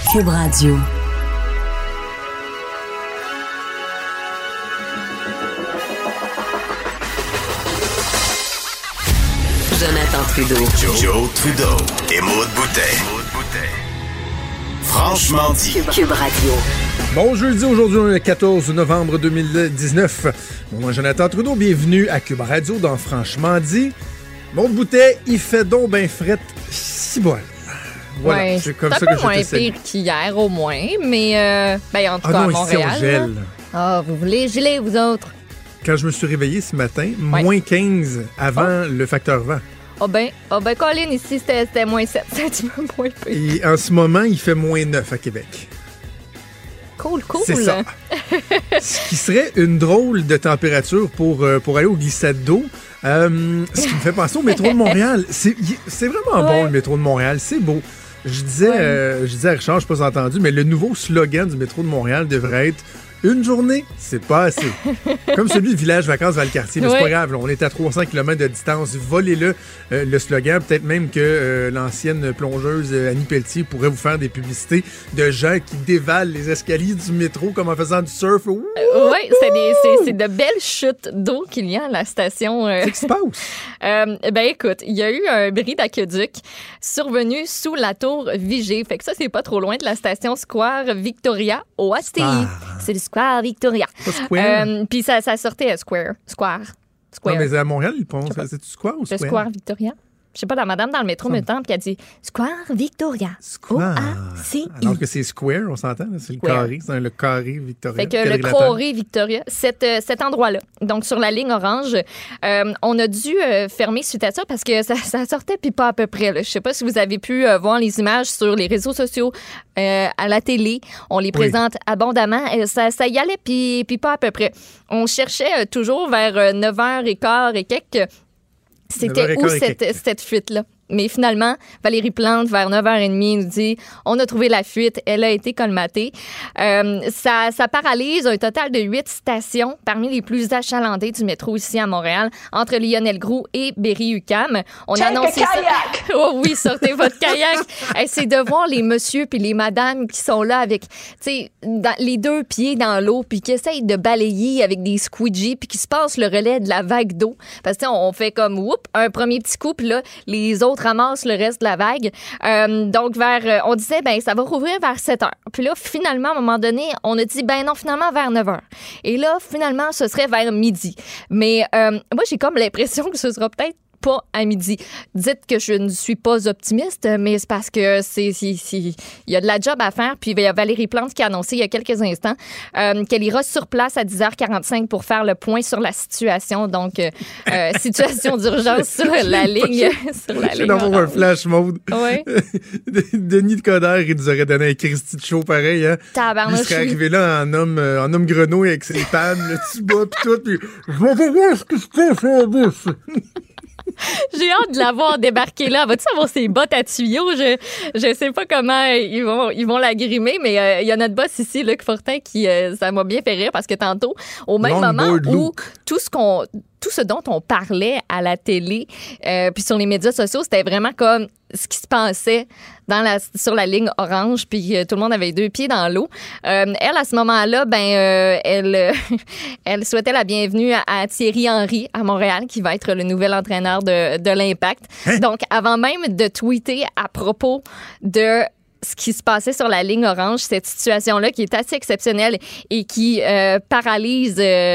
Cube Radio. Jonathan Trudeau. Joe Trudeau et Maude Boutet. Franchement dit. Cube Radio. Bon jeudi, aujourd'hui, le 14 novembre 2019. Mon nom est Jonathan Trudeau, bienvenue à Cube Radio dans Franchement dit. Maude Boutet, il fait donc ben frette si bon. Voilà, ouais, c'est comme ça ça que je moins te salue. pire qu'hier, au moins, mais en tout cas, à non, ici, Montréal. on gèle. Ah, vous voulez geler, vous autres? Quand je me suis réveillé ce matin, moins 15 avant le facteur vent. Ah ben, Colin, ici, c'était moins 7, c'est un petit peu moins pire. Et en ce moment, il fait moins 9 à Québec. Cool. C'est ça. Ce qui serait une drôle de température pour aller au glissade d'eau. Ce qui me fait penser au métro de Montréal. C'est vraiment bon, le métro de Montréal. C'est beau. Je disais à Richard, je n'ai pas entendu, mais le nouveau slogan du métro de Montréal devrait être « Une journée, c'est pas assez ». Comme celui de Village Vacances Valcartier. Mais c'est pas grave, là, on est à 300 km de distance. Volez-le, le slogan. Peut-être même que l'ancienne plongeuse Annie Pelletier pourrait vous faire des publicités de gens qui dévalent les escaliers du métro comme en faisant du surf. Oui, c'est de belles chutes d'eau qu'il y a à la station. Qu'est-ce qui se passe? Ben écoute, il y a eu un bris d'aqueduc survenu sous la tour Vigée. Fait que ça, c'est pas trop loin de la station Square Victoria au ASTI. C'est le Square Victoria. Pas Square. Puis ça sortait Square. Non, mais à Montréal, ils pensent. C'est-tu Square ou Le Square? Square Victoria. Je sais pas, la madame dans le métro me tente, puis elle dit Square Victoria. Square. O-A-C-I. Alors que c'est Square, on s'entend, là, c'est le carré, c'est le carré Victoria. Fait que le carré Victoria, cet endroit-là, donc sur la ligne orange, on a dû fermer suite à ça parce que ça sortait puis pas à peu près. Là. Je sais pas si vous avez pu voir les images sur les réseaux sociaux, à la télé. On les présente abondamment. Ça y allait puis pas à peu près. On cherchait toujours vers 9h15 et quelques. C'était où cette fuite-là? Mais finalement, Valérie Plante, vers 9h30, nous dit « On a trouvé la fuite, elle a été colmatée. » Ça paralyse un total de 8 stations parmi les plus achalandées du métro ici à Montréal, entre Lionel-Groulx et Berry-UQAM. On a annoncé ça. Oh oui, sortez votre kayak! Hey, c'est de voir les messieurs puis les madames qui sont là avec, tu sais, les deux pieds dans l'eau puis qui essayent de balayer avec des squeegees puis qui se passent le relais de la vague d'eau. Parce que on fait comme, un premier petit coup puis là, les autres ramasse le reste de la vague. Donc, on disait, ça va rouvrir vers 7 heures. Puis là, finalement, à un moment donné, on a dit, non, finalement, vers 9 heures. Et là, finalement, ce serait vers midi. Mais moi, j'ai comme l'impression que ce sera peut-être pas à midi. Dites que je ne suis pas optimiste, mais c'est parce que il y a de la job à faire. Puis il y a Valérie Plante qui a annoncé il y a quelques instants qu'elle ira sur place à 10h45 pour faire le point sur la situation. Donc, situation d'urgence sur la ligne. Je vais d'avoir un flash mode. Oui. Denis de Coderre, il nous aurait donné un Christy de show pareil. Hein? Il serait arrivé là en homme grenouille avec ses pannes, le petit bas pis tout. Puis, je m'en vais voir ce qui se passe à la bouffe. J'ai hâte de la voir débarquer là. Va-tu avoir ses bottes à tuyaux? Je sais pas comment ils vont la grimer, mais il y a notre boss ici, Luc Fortin, qui ça m'a bien fait rire parce que tantôt, au même moment où tout ce dont on parlait à la télé puis sur les médias sociaux, c'était vraiment comme ce qui se passait sur la ligne orange, puis tout le monde avait 2 pieds dans l'eau. Elle, à ce moment-là, elle souhaitait la bienvenue à Thierry Henry à Montréal, qui va être le nouvel entraîneur de l'Impact. Hein? Donc, avant même de tweeter à propos de ce qui se passait sur la ligne orange, cette situation-là qui est assez exceptionnelle et qui paralyse,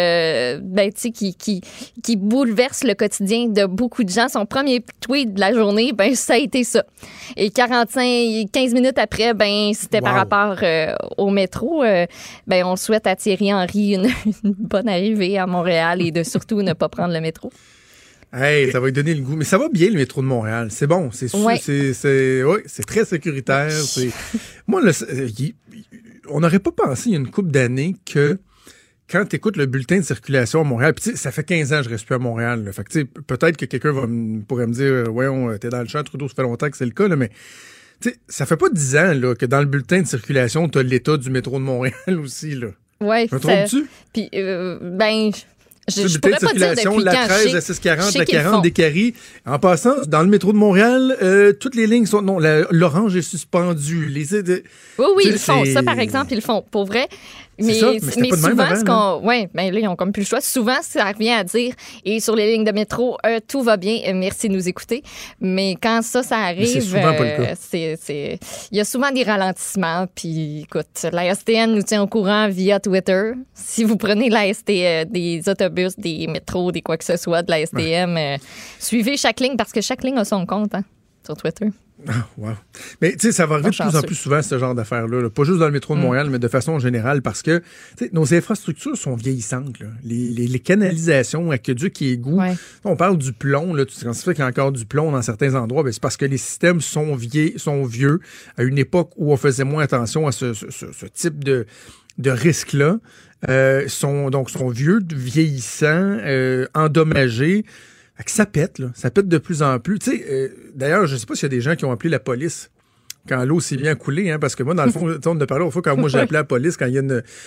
qui bouleverse le quotidien de beaucoup de gens. Son premier tweet de la journée, ça a été ça. Et 15 minutes après, c'était par rapport au métro. On souhaite à Thierry Henry une bonne arrivée à Montréal et de surtout ne pas prendre le métro. Hey, ça va lui donner le goût. Mais ça va bien, le métro de Montréal. C'est bon. C'est très sécuritaire. Moi, on n'aurait pas pensé il y a une couple d'années que quand tu écoutes le bulletin de circulation à Montréal, puis ça fait 15 ans que je reste plus à Montréal. Là, fait que peut-être que quelqu'un pourrait me dire t'es dans le champ, Trudeau, ça fait longtemps que c'est le cas, là, mais ça fait pas 10 ans là, que dans le bulletin de circulation, tu as l'état du métro de Montréal aussi. Là. Ouais, me trompes-tu? Puis, Je pourrais pas dire depuis la quand. 13, la 640, la 40, des Caries. En passant, dans le métro de Montréal, toutes les lignes sont... Non, l'orange est suspendue. Oui, ils le font. Ça, par exemple, ils le font. Pour vrai. Mais souvent, là, ils ont comme plus le choix. Souvent, ça revient à dire, et sur les lignes de métro, tout va bien, merci de nous écouter. Mais quand ça arrive, c'est souvent pas le cas. Il y a souvent des ralentissements. Puis, écoute, la STN nous tient au courant via Twitter. Si vous prenez la des autobus, des métros, des quoi que ce soit de la STM, suivez chaque ligne parce que chaque ligne a son compte sur Twitter. Ah, wow. Mais tu sais, ça va arriver de plus en plus souvent, ce genre d'affaires-là. Là. Pas juste dans le métro de Montréal, mais de façon générale, parce que nos infrastructures sont vieillissantes. Là. Les canalisations, aqueducs et égouts, on parle du plomb. Là, quand ça fait qu'il y a encore du plomb dans certains endroits, ben, c'est parce que les systèmes sont vieux, à une époque où on faisait moins attention à ce type de risque-là. Sont vieux, vieillissants, endommagés. Fait que ça pète, là. Ça pète de plus en plus. Tu sais, d'ailleurs, je sais pas s'il y a des gens qui ont appelé la police quand l'eau s'est bien coulée, hein, parce que moi, dans le fond, on a parlé autrefois quand moi j'ai appelé la police, quand il y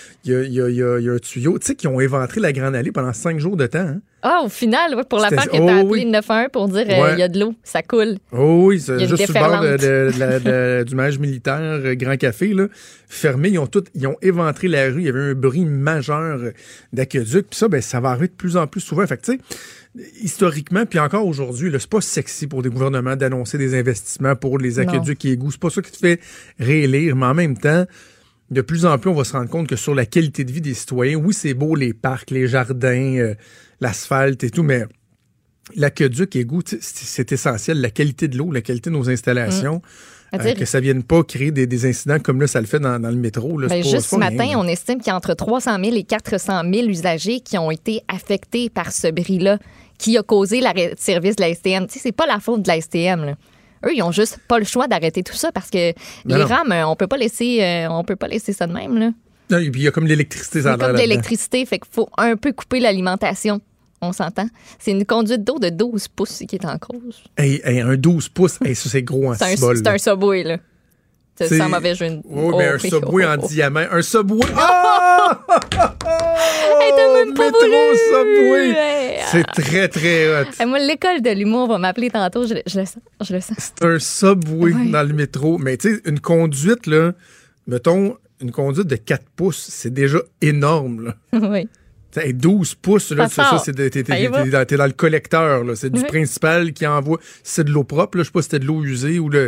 a un tuyau, tu sais, qui ont éventré la Grande Allée pendant 5 jours de temps, hein. Ah, au final, pour l'affaire que t'as appelé le 911 pour dire il y a de l'eau, ça coule. Oh oui, c'est juste sur le bord du manège militaire Grand Café, là, fermé. Ils ont éventré la rue. Il y avait un bruit majeur d'aqueduc. Puis ça, ben, ça va arriver de plus en plus souvent. Fait que, tu sais, historiquement, puis encore aujourd'hui, là, c'est pas sexy pour des gouvernements d'annoncer des investissements pour les aqueducs et égouts. C'est pas ça qui te fait réélire, mais en même temps, de plus en plus, on va se rendre compte que sur la qualité de vie des citoyens, oui, c'est beau, les parcs, les jardins, l'asphalte et tout, mais l'aqueduc et égout, c'est essentiel. La qualité de l'eau, la qualité de nos installations, que ça vienne pas créer des incidents comme là, ça le fait dans le métro. Là, juste ce matin, on estime qu'il y a entre 300 000 et 400 000 usagers qui ont été affectés par ce bris-là, qui a causé l'arrêt de service de la STM. Tu sais, c'est pas la faute de la STM, là. Eux, ils ont juste pas le choix d'arrêter tout ça parce que les rames, on peut pas laisser ça de même, là. Non, et puis il y a comme l'électricité. Il y a comme de l'électricité, fait qu'il faut un peu couper l'alimentation. On s'entend. C'est une conduite d'eau de 12 pouces qui est en cause. Un 12 pouces, ça, c'est gros en cibole. C'est un Subway, là. C'est sans mauvais jeu. Oui, mais un Subway en diamant. Un Subway. Ah! Hey, t'as même pas voulu! Subway. C'est très, très hot. Hey, moi, l'école de l'humour va m'appeler tantôt. Je le sens. C'est un Subway dans le métro. Mais tu sais, une conduite, là, mettons, une conduite de 4 pouces, c'est déjà énorme, là. Oui. T'sais, 12 pouces, là, t'es dans le collecteur. Là. C'est du principal qui envoie. C'est de l'eau propre. Là. Je sais pas si c'était de l'eau usée ou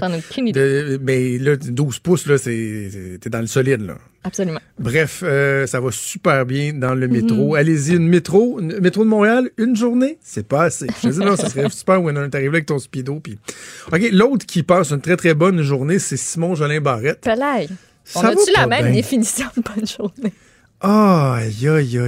mais là, 12 pouces, là, t'es dans le solide. Là. Absolument. Bref, ça va super bien dans le métro. Allez-y, métro de Montréal, une journée, c'est pas assez. Je te dis, non, ça serait super when t'arrives là avec ton speedo. Puis... OK, l'autre qui passe une très, très bonne journée, c'est Simon Jolin Barrette. Pelaye. On a-tu la même définition de bonne journée? Ah, aïe.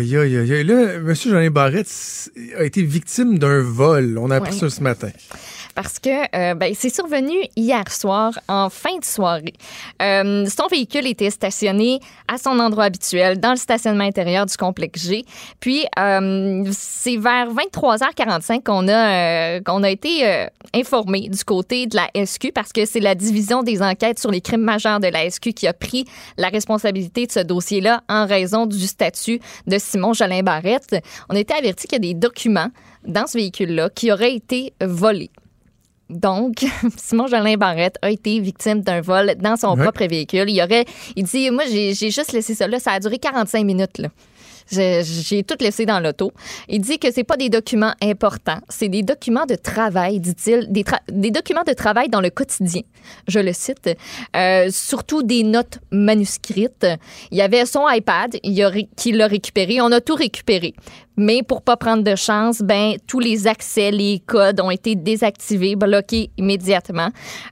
Là, M. Jolin Barrette a été victime d'un vol. On a appris ça ce matin. Parce que c'est survenu hier soir, en fin de soirée. Son véhicule était stationné à son endroit habituel, dans le stationnement intérieur du complexe G. Puis, c'est vers 23h45 qu'on a été informé du côté de la SQ, parce que c'est la division des enquêtes sur les crimes majeurs de la SQ qui a pris la responsabilité de ce dossier-là en raison du statut de Simon Jolin Barrette. On a été averti qu'il y a des documents dans ce véhicule-là qui auraient été volés. Donc, Simon Jolin Barrette a été victime d'un vol dans son propre véhicule. Il dit, moi, j'ai juste laissé ça là. Ça a duré 45 minutes, là. J'ai tout laissé dans l'auto. Il dit que c'est pas des documents importants, c'est des documents de travail, dit-il, des documents de travail dans le quotidien. Je le cite. Surtout des notes manuscrites. Il y avait son iPad qu'il a récupéré. On a tout récupéré. Mais pour pas prendre de chance, tous les accès, les codes ont été désactivés, bloqués immédiatement.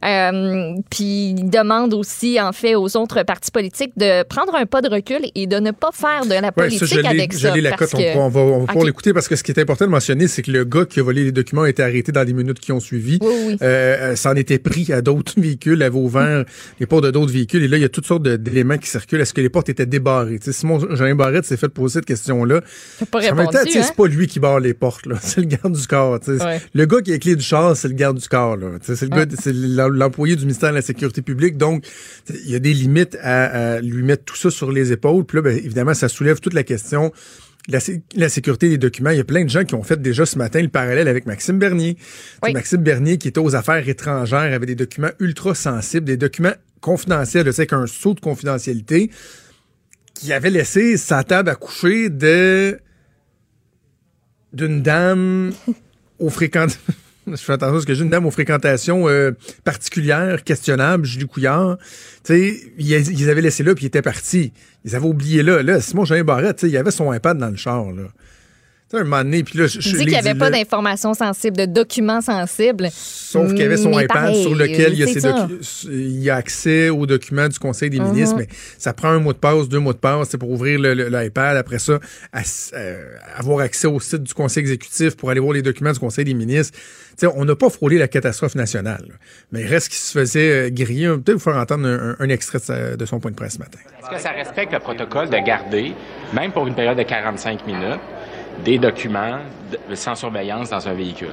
Puis il demande aussi, en fait, aux autres partis politiques de prendre un pas de recul et de ne pas faire de la politique avec ça. Je lis la cote, on va pouvoir l'écouter parce que ce qui est important de mentionner, c'est que le gars qui a volé les documents a été arrêté dans les minutes qui ont suivi. Oui. Ça en était pris à d'autres véhicules, avait ouvert les portes de d'autres véhicules et là, il y a toutes sortes d'éléments qui circulent. Est-ce que les portes étaient débarrées? T'sais, Simon Jolin Barrette s'est fait poser cette question-là. C'est pas lui qui barre les portes, là. C'est le garde du corps. Le gars qui a les clés du char, c'est le garde du corps. Là. C'est le gars, c'est l'employé du ministère de la Sécurité publique. Donc, il y a des limites à lui mettre tout ça sur les épaules. Puis là, évidemment, ça soulève toute la question la sécurité des documents. Il y a plein de gens qui ont fait déjà ce matin le parallèle avec Maxime Bernier. Oui. Maxime Bernier qui était aux affaires étrangères avait des documents ultra sensibles, des documents confidentiels, avec un saut de confidentialité, qui avait laissé sa table à coucher d'une dame je fais attention à ce que j'ai, une dame aux fréquentations particulières, questionnables, Julie Couillard. Tu sais, ils avaient laissé là, puis ils étaient partis. Ils avaient oublié là. Là, Simon-Jean Barrette, tu sais, il avait son iPad dans le char, là. Tu sais, un moment donné, puis là... Il dit qu'il n'y avait pas d'informations sensibles, de documents sensibles. Sauf qu'il y avait son iPad pareil, sur lequel il y a accès aux documents du Conseil des ministres, mais ça prend 1 mot de passe, 2 mots de passe, c'est pour ouvrir l'iPad. Après ça, avoir accès au site du Conseil exécutif pour aller voir les documents du Conseil des ministres. T'sais, on n'a pas frôlé la catastrophe nationale, là. Mais il reste qu'il se faisait griller. Peut-être vous faire entendre un extrait de son point de presse ce matin. Est-ce que ça respecte le protocole de garder, même pour une période de 45 minutes, des documents sans surveillance dans un véhicule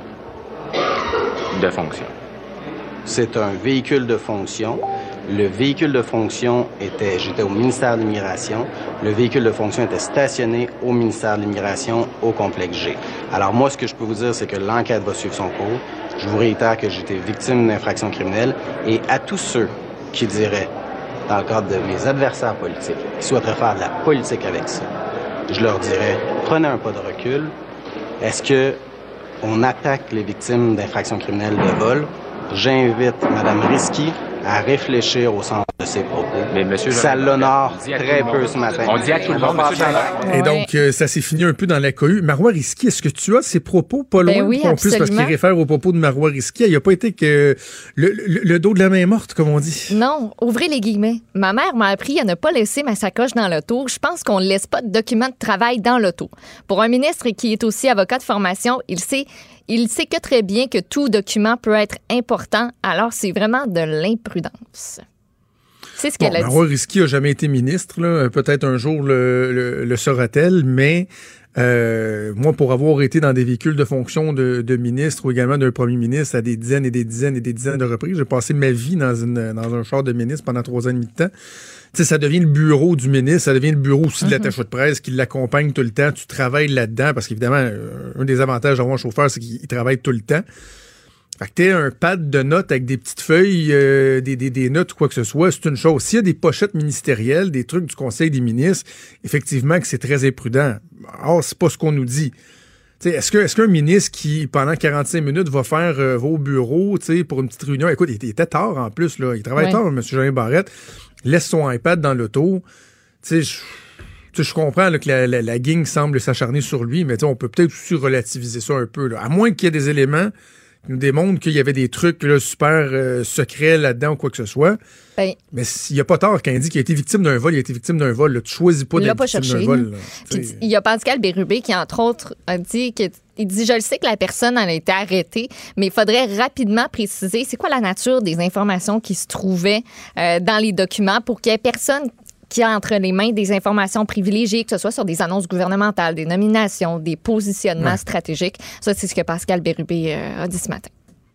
de fonction? C'est un véhicule de fonction. Le véhicule de fonction j'étais au ministère de l'Immigration. Le véhicule de fonction était stationné au ministère de l'Immigration, au complexe G. Alors moi, ce que je peux vous dire, c'est que l'enquête va suivre son cours. Je vous réitère que j'ai été victime d'infractions criminelles. Et à tous ceux qui diraient, dans le cadre de mes adversaires politiques, qui souhaiteraient faire de la politique avec ça, je leur dirais, prenez un pas de recul. Est-ce que on attaque les victimes d'infractions criminelles de vol? J'invite Mme Risky à réfléchir au sens de ses propos. Mais monsieur, ça l'honore très peu ce matin. On dit à tout le monde, monsieur Et donc, ça s'est fini un peu dans la cohue. Marois Risky, est-ce que tu as ses propos pas loin oui, qu'on puisse, parce qu'il réfère aux propos de Marois Risky. Il n'a pas été que le dos de la main morte, comme on dit. Non, ouvrez les guillemets. Ma mère m'a appris à ne pas laisser ma sacoche dans l'auto. Je pense qu'on ne laisse pas de documents de travail dans l'auto. Pour un ministre qui est aussi avocat de formation, il sait que très bien que tout document peut être important, alors c'est vraiment de l'imprudence. C'est ce qu'elle a dit. Marois Risky n'a jamais été ministre, là. Peut-être un jour le sera-t-elle, mais moi, pour avoir été dans des véhicules de fonction de ministre ou également d'un premier ministre à des dizaines et des dizaines et des dizaines de reprises, j'ai passé ma vie dans un char de ministre pendant 3 ans et demi de temps. Tu sais, ça devient le bureau du ministre, ça devient le bureau aussi de l'attaché de presse qui l'accompagne tout le temps. Tu travailles là-dedans parce qu'évidemment, un des avantages d'avoir un chauffeur, c'est qu'il travaille tout le temps. Fait que t'as un pad de notes avec des petites feuilles, des notes ou quoi que ce soit, c'est une chose. S'il y a des pochettes ministérielles, des trucs du Conseil des ministres, effectivement que c'est très imprudent. Or, c'est pas ce qu'on nous dit. T'sais, est-ce qu'un ministre qui, pendant 45 minutes, va au bureau pour une petite réunion, écoute, il était tard en plus, là, il travaille tard, M. Jean Barrette, laisse son iPad dans l'auto, je comprends là, que la gang semble s'acharner sur lui, mais on peut peut-être aussi relativiser ça un peu, là. À moins qu'il y ait des éléments qui nous démontrent qu'il y avait des trucs là, super secrets là-dedans ou quoi que ce soit. Ben, mais s'il n'y a pas tort quand il dit qu'il a été victime d'un vol, il a été victime d'un vol. Là. Tu choisis pas d'être victime d'un vol. Puis, il y a Pascal Bérubé qui, entre autres, a dit que il dit, je le sais que la personne a été arrêtée, mais il faudrait rapidement préciser c'est quoi la nature des informations qui se trouvaient dans les documents pour qu'il y ait personne qui a entre les mains des informations privilégiées, que ce soit sur des annonces gouvernementales, des nominations, des positionnements stratégiques. Ça, c'est ce que Pascal Bérubé a dit ce matin.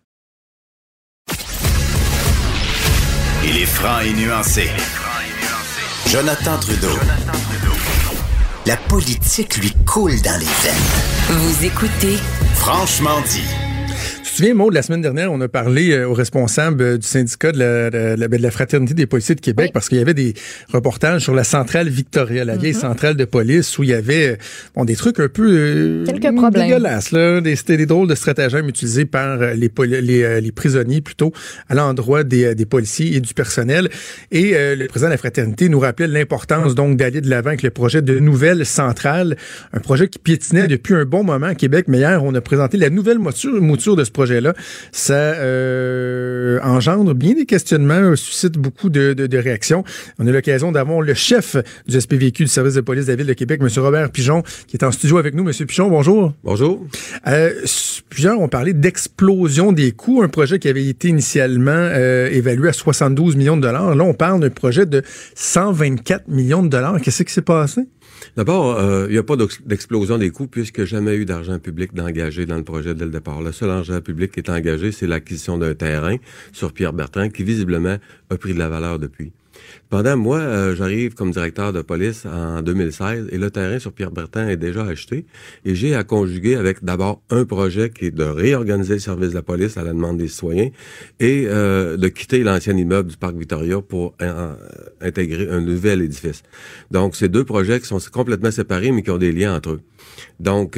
Il est franc et nuancé. Jonathan Trudeau. La politique lui coule dans les veines. Vous écoutez Franchement dit. Tu te souviens, Maud, la semaine dernière, on a parlé aux responsables du syndicat de la Fraternité des policiers de Québec parce qu'il y avait des reportages sur la centrale Victoria, la vieille centrale de police, où il y avait des trucs un peu quelques problèmes dégueulasses. Là. C'était des drôles de stratagèmes utilisés par les prisonniers plutôt à l'endroit des policiers et du personnel. Et le président de la Fraternité nous rappelait l'importance donc d'aller de l'avant avec le projet de nouvelle centrale, un projet qui piétinait depuis un bon moment à Québec. Mais hier, on a présenté la nouvelle mouture de ce projet-là. Ça engendre bien des questionnements, suscite beaucoup de réactions. On a l'occasion d'avoir le chef du SPVQ du service de police de la Ville de Québec, M. Robert Pigeon, qui est en studio avec nous. M. Pigeon, bonjour. Bonjour. Plusieurs ont parlé d'explosion des coûts, un projet qui avait été initialement évalué à 72 millions de dollars. Là, on parle d'un projet de 124 millions de dollars. Qu'est-ce qui s'est passé? D'abord, il n'y a pas d'explosion des coûts puisque jamais eu d'argent public d'engagé dans le projet dès le départ. Le seul argent public qui est engagé, c'est l'acquisition d'un terrain sur Pierre-Bertrand qui visiblement a pris de la valeur depuis. Pendant moi, j'arrive comme directeur de police en 2016 et le terrain sur Pierre-Bertrand est déjà acheté. Et j'ai à conjuguer avec d'abord un projet qui est de réorganiser le service de la police à la demande des citoyens et de quitter l'ancien immeuble du Parc Victoria pour intégrer un nouvel édifice. Donc, c'est deux projets qui sont complètement séparés mais qui ont des liens entre eux. Donc,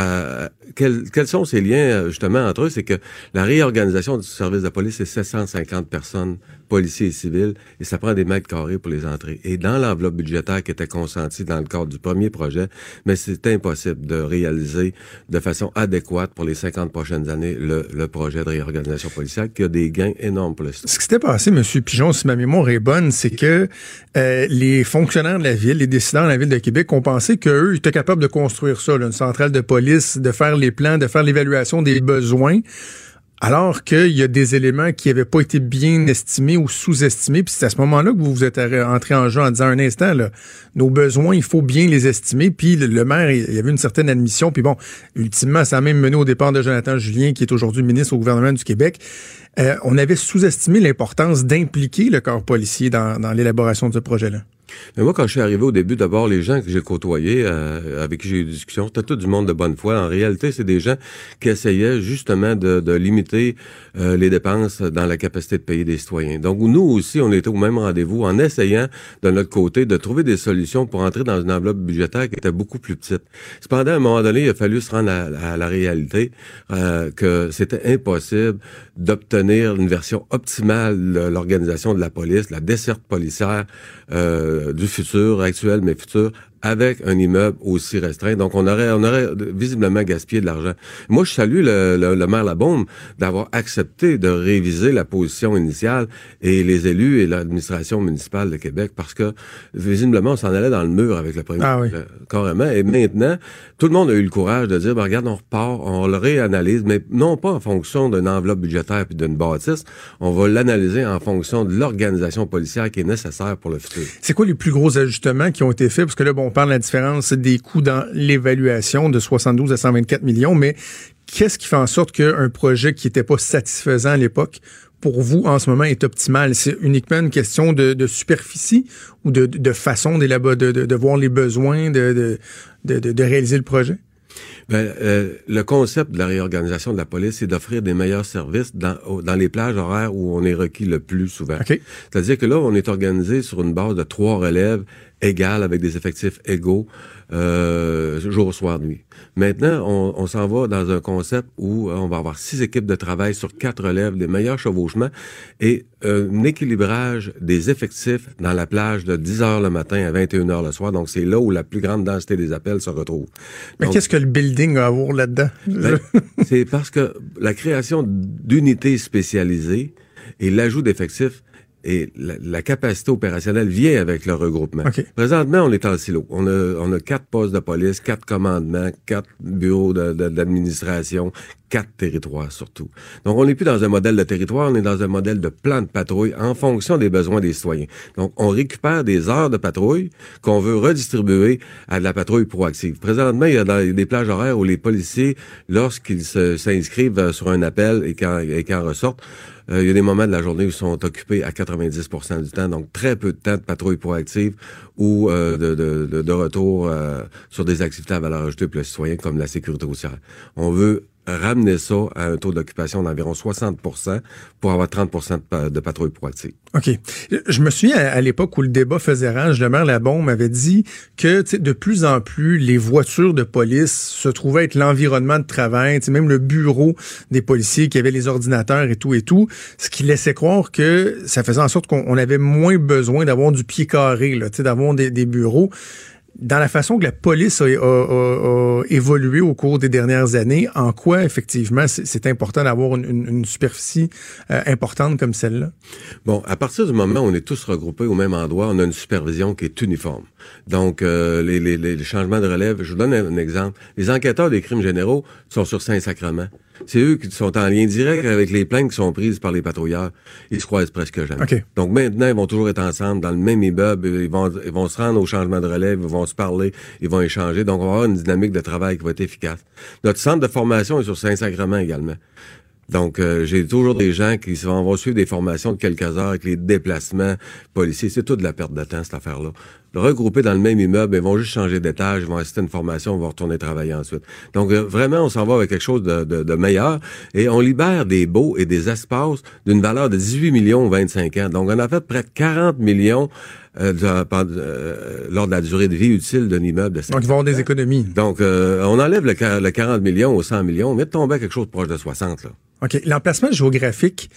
quels sont ces liens, justement, entre eux? C'est que la réorganisation du service de la police, c'est 750 personnes, policiers et civils, et ça prend des mètres carrés pour les entrées. Et dans l'enveloppe budgétaire qui était consentie dans le cadre du premier projet, mais c'est impossible de réaliser de façon adéquate pour les 50 prochaines années le projet de réorganisation policière qui a des gains énormes pour le système. Ce qui s'était passé, M. Pigeon, si ma mémoire est bonne, c'est que les fonctionnaires de la ville, les décideurs de la ville de Québec ont pensé qu'eux étaient capables de construire ça, là, une centrale de police, de faire les plans, de faire l'évaluation des besoins, alors qu'il y a des éléments qui n'avaient pas été bien estimés ou sous-estimés. Puis c'est à ce moment-là que vous vous êtes entré en jeu en disant un instant, là, nos besoins, il faut bien les estimer. Puis le maire, il y avait une certaine admission. Puis bon, ultimement, ça a même mené au départ de Jonathan Julien, qui est aujourd'hui ministre au gouvernement du Québec. On avait sous-estimé l'importance d'impliquer le corps policier dans l'élaboration de ce projet-là. Mais moi, quand je suis arrivé au début, d'abord, les gens que j'ai côtoyés, avec qui j'ai eu des discussions, c'était tout du monde de bonne foi. En réalité, c'est des gens qui essayaient justement de limiter les dépenses dans la capacité de payer des citoyens. Donc, nous aussi, on était au même rendez-vous en essayant, de notre côté, de trouver des solutions pour entrer dans une enveloppe budgétaire qui était beaucoup plus petite. Cependant, à un moment donné, il a fallu se rendre à la réalité que c'était impossible d'obtenir une version optimale de l'organisation de la police, la desserte policière du futur, actuel, mais futur, avec un immeuble aussi restreint. Donc, on aurait visiblement gaspillé de l'argent. Moi, je salue le maire Labaume d'avoir accepté de réviser la position initiale et les élus et l'administration municipale de Québec parce que, visiblement, on s'en allait dans le mur avec le premier carrément. Et maintenant, tout le monde a eu le courage de dire, regarde, on repart, on le réanalyse, mais non pas en fonction d'une enveloppe budgétaire puis d'une bâtisse, on va l'analyser en fonction de l'organisation policière qui est nécessaire pour le futur. C'est quoi les plus gros ajustements qui ont été faits? Parce que là, bon, on parle de la différence des coûts dans l'évaluation de 72 à 124 millions, mais qu'est-ce qui fait en sorte qu'un projet qui n'était pas satisfaisant à l'époque, pour vous, en ce moment, est optimal? C'est uniquement une question de superficie ou de façon de voir les besoins, de réaliser le projet? Le concept de la réorganisation de la police, c'est d'offrir des meilleurs services dans les plages horaires où on est requis le plus souvent. Okay. C'est-à-dire que là, on est organisé sur une base de 3 relèves égales avec des effectifs égaux, jour, soir, nuit. Maintenant, on s'en va dans un concept où on va avoir 6 équipes de travail sur 4 relèves, des meilleurs chevauchements et un équilibrage des effectifs dans la plage de 10 heures le matin à 21 heures le soir. Donc, c'est là où la plus grande densité des appels se retrouve. Mais qu'est-ce que le building a à voir là-dedans? C'est parce que la création d'unités spécialisées et l'ajout d'effectifs et la capacité opérationnelle vient avec le regroupement. Okay. Présentement, on est en silo. On a 4 postes de police, 4 commandements, 4 bureaux d'administration, 4 territoires surtout. Donc, on n'est plus dans un modèle de territoire, on est dans un modèle de plan de patrouille en fonction des besoins des citoyens. Donc, on récupère des heures de patrouille qu'on veut redistribuer à de la patrouille proactive. Présentement, il y a des plages horaires où les policiers, lorsqu'ils s'inscrivent sur un appel et qu'en ressortent, il y a des moments de la journée où ils sont occupés à 90% du temps, donc très peu de temps de patrouille proactive ou de retour sur des activités à valeur ajoutée pour le citoyen comme la sécurité routière. On veut ramener ça à un taux d'occupation d'environ 60% pour avoir 30% de patrouille proactive. OK. Je me souviens à l'époque où le débat faisait rage, le maire Labaume m'avait dit que de plus en plus, les voitures de police se trouvaient être l'environnement de travail, même le bureau des policiers qui avaient les ordinateurs et tout, ce qui laissait croire que ça faisait en sorte qu'on avait moins besoin d'avoir du pied carré, là, d'avoir des bureaux. Dans la façon que la police a évolué au cours des dernières années, en quoi, effectivement, c'est important d'avoir une superficie importante comme celle-là? Bon, à partir du moment où on est tous regroupés au même endroit, on a une supervision qui est uniforme. Donc, les changements de relève, je vous donne un exemple. Les enquêteurs des crimes généraux sont sur Saint-Sacrement. C'est eux qui sont en lien direct avec les plaintes qui sont prises par les patrouilleurs. Ils se croisent presque jamais. Okay. Donc maintenant, ils vont toujours être ensemble dans le même immeuble. Ils vont se rendre au changement de relève, ils vont se parler, ils vont échanger. Donc, on va avoir une dynamique de travail qui va être efficace. Notre centre de formation est sur Saint-Sacrement également. Donc, j'ai toujours des gens qui vont suivre des formations de quelques heures avec les déplacements policiers. C'est toute de la perte de temps, cette affaire-là. Regroupés dans le même immeuble, ils vont juste changer d'étage, ils vont assister à une formation, ils vont retourner travailler ensuite. Donc, vraiment, on s'en va avec quelque chose de meilleur et on libère des baux et des espaces d'une valeur de 18 millions aux 25 ans. Donc, on a fait près de 40 millions lors de la durée de vie utile d'un immeuble de 5 ans. Donc, ils vont avoir des économies. Donc, on enlève le 40 millions aux 100 millions, on vient de tomber à quelque chose de proche de 60, là. OK. L'emplacement géographique,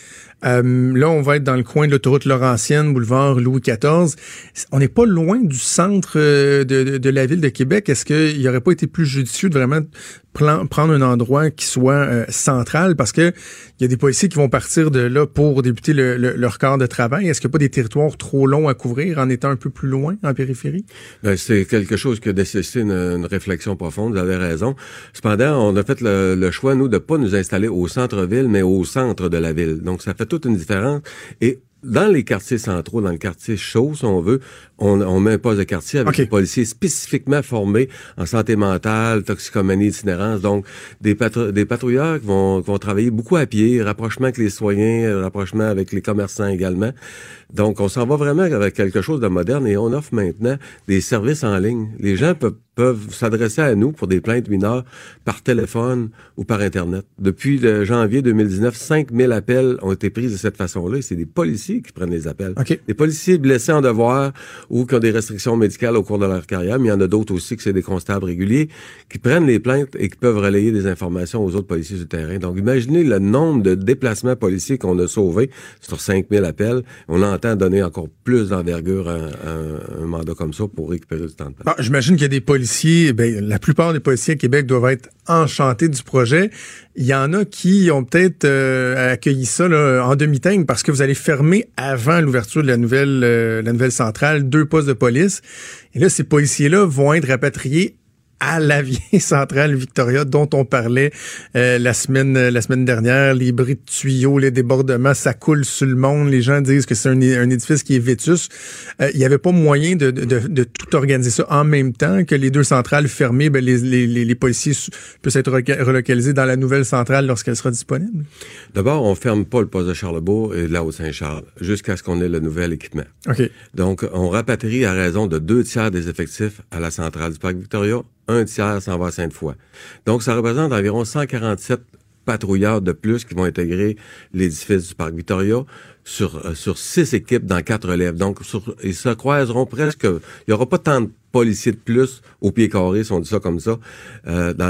là, on va être dans le coin de l'autoroute Laurentienne, boulevard Louis XIV. On n'est pas loin du centre de la ville de Québec. Est-ce qu'il n'y aurait pas été plus judicieux de vraiment prendre un endroit qui soit central? Parce que il y a des policiers qui vont partir de là pour débuter leur quart de travail. Est-ce qu'il n'y a pas des territoires trop longs à couvrir en étant un peu plus loin, en périphérie? Ben, c'est quelque chose qui a nécessité une réflexion profonde. Vous avez raison. Cependant, on a fait le choix, nous, de pas nous installer au centre-ville, mais au centre de la ville. Donc, ça fait toute une différence. Et dans les quartiers centraux, dans le quartier chaud, si on veut, on met un poste de quartier avec des policiers spécifiquement formés en santé mentale, toxicomanie, itinérance. Donc, des patrouilleurs qui vont travailler beaucoup à pied, rapprochement avec les citoyens, rapprochement avec les commerçants également. Donc, on s'en va vraiment avec quelque chose de moderne et on offre maintenant des services en ligne. Les gens peuvent s'adresser à nous pour des plaintes mineures par téléphone ou par Internet. Depuis janvier 2019, 5000 appels ont été pris de cette façon-là et c'est des policiers qui prennent les appels. Des policiers blessés en devoir ou qui ont des restrictions médicales au cours de leur carrière, mais il y en a d'autres aussi que c'est des constables réguliers qui prennent les plaintes et qui peuvent relayer des informations aux autres policiers du terrain. Donc, imaginez le nombre de déplacements policiers qu'on a sauvés sur 5000 appels. On entend donner encore plus d'envergure à un mandat comme ça pour récupérer du temps de paix. J'imagine qu'il y a des policiers, la plupart des policiers à Québec doivent être enchantés du projet. Il y en a qui ont peut-être accueilli ça là, en demi-teinte parce que vous allez fermer avant l'ouverture de la nouvelle centrale 2 postes de police. Et là, ces policiers-là vont être rapatriés à la vieille centrale Victoria dont on parlait la semaine dernière. Les bris de tuyaux, les débordements, ça coule sur le monde. Les gens disent que c'est un édifice qui est vétus. Il n'y avait pas moyen de tout organiser ça en même temps que les 2 centrales fermées. Les policiers peuvent être relocalisés dans la nouvelle centrale lorsqu'elle sera disponible. D'abord, on ferme pas le poste de Charlebourg et de la Haute-Saint-Charles jusqu'à ce qu'on ait le nouvel équipement. Donc, on rapatrie à raison de 2/3 des effectifs à la centrale du Parc Victoria. 1/3 s'en va à Sainte-Foy. Donc, ça représente environ 147 patrouilleurs de plus qui vont intégrer l'édifice du Parc Victoria sur 6 équipes dans 4 relèves. Donc, ils se croiseront presque... Il n'y aura pas tant de policiers de plus au pied carré, si on dit ça comme ça, dans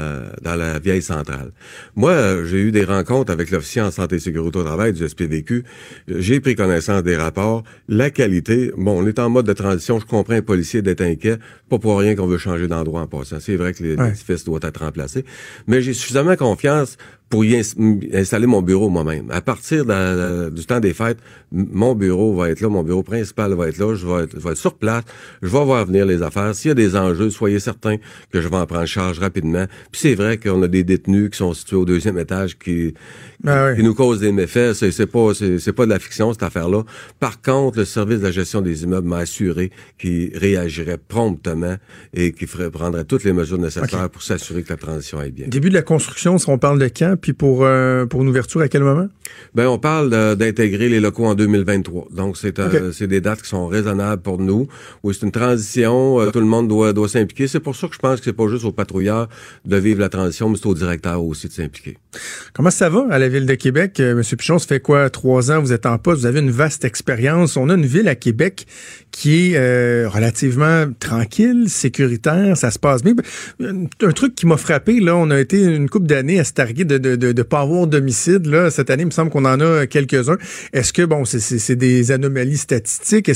la vieille centrale. Moi, j'ai eu des rencontres avec l'officier en santé et sécurité au travail du SPVQ. J'ai pris connaissance des rapports. La qualité, on est en mode de transition. Je comprends un policier d'être inquiet. Pas pour rien qu'on veut changer d'endroit en passant. C'est vrai que l'édifice doit être remplacé. Mais j'ai suffisamment confiance pour y installer mon bureau moi-même. À partir du temps des fêtes, mon bureau va être là, mon bureau principal va être là, je vais être sur place, je vais voir venir les affaires. S'il y a des enjeux, soyez certains que je vais en prendre charge rapidement. Puis c'est vrai qu'on a des détenus qui sont situés au 2e étage qui nous causent des méfaits. C'est pas de la fiction, cette affaire-là. Par contre, le service de la gestion des immeubles m'a assuré qu'il réagirait promptement et qu'il prendrait toutes les mesures nécessaires pour s'assurer que la transition aille bien. Début de la construction, si on parle de quand, puis pour une ouverture, à quel moment? On parle d'intégrer les locaux en 2023. Donc, c'est des dates qui sont raisonnables pour nous. Oui, c'est une transition. Tout le monde doit s'impliquer. C'est pour ça que je pense que c'est pas juste aux patrouilleurs de vivre la transition, mais c'est aux directeurs aussi de s'impliquer. Comment ça va à la Ville de Québec? Monsieur Pichon, ça fait quoi? 3 ans, vous êtes en poste, vous avez une vaste expérience. On a une ville à Québec qui est relativement tranquille, sécuritaire, ça se passe bien. Un truc qui m'a frappé, là, on a été une couple d'années à se targuer de pas avoir d'homicide. Là, cette année, il me semble qu'on en a quelques-uns. Est-ce que, c'est des anomalies statistiques?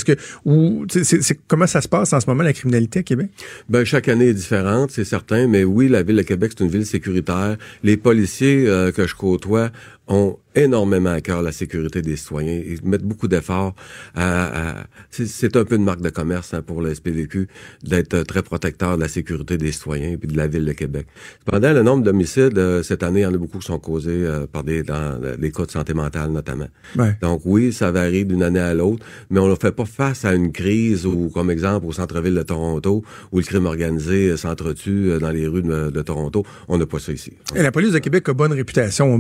Comment ça se passe en ce moment, la criminalité à Québec? Chaque année est différente, c'est certain, mais oui, la Ville de Québec, c'est une ville sécuritaire. Les policiers que je côtoie ont énormément à cœur la sécurité des citoyens. Ils mettent beaucoup d'efforts c'est un peu une marque de commerce pour le SPVQ d'être très protecteur de la sécurité des citoyens et de la Ville de Québec. Cependant, le nombre d'homicides, cette année, il y en a beaucoup qui sont causés dans des cas de santé mentale, notamment. Ouais. Donc oui, ça varie d'une année à l'autre, mais on ne fait pas face à une crise où, comme exemple, au centre-ville de Toronto, où le crime organisé s'entretue dans les rues de Toronto. On n'a pas ça ici. Et la police de Québec a bonne réputation.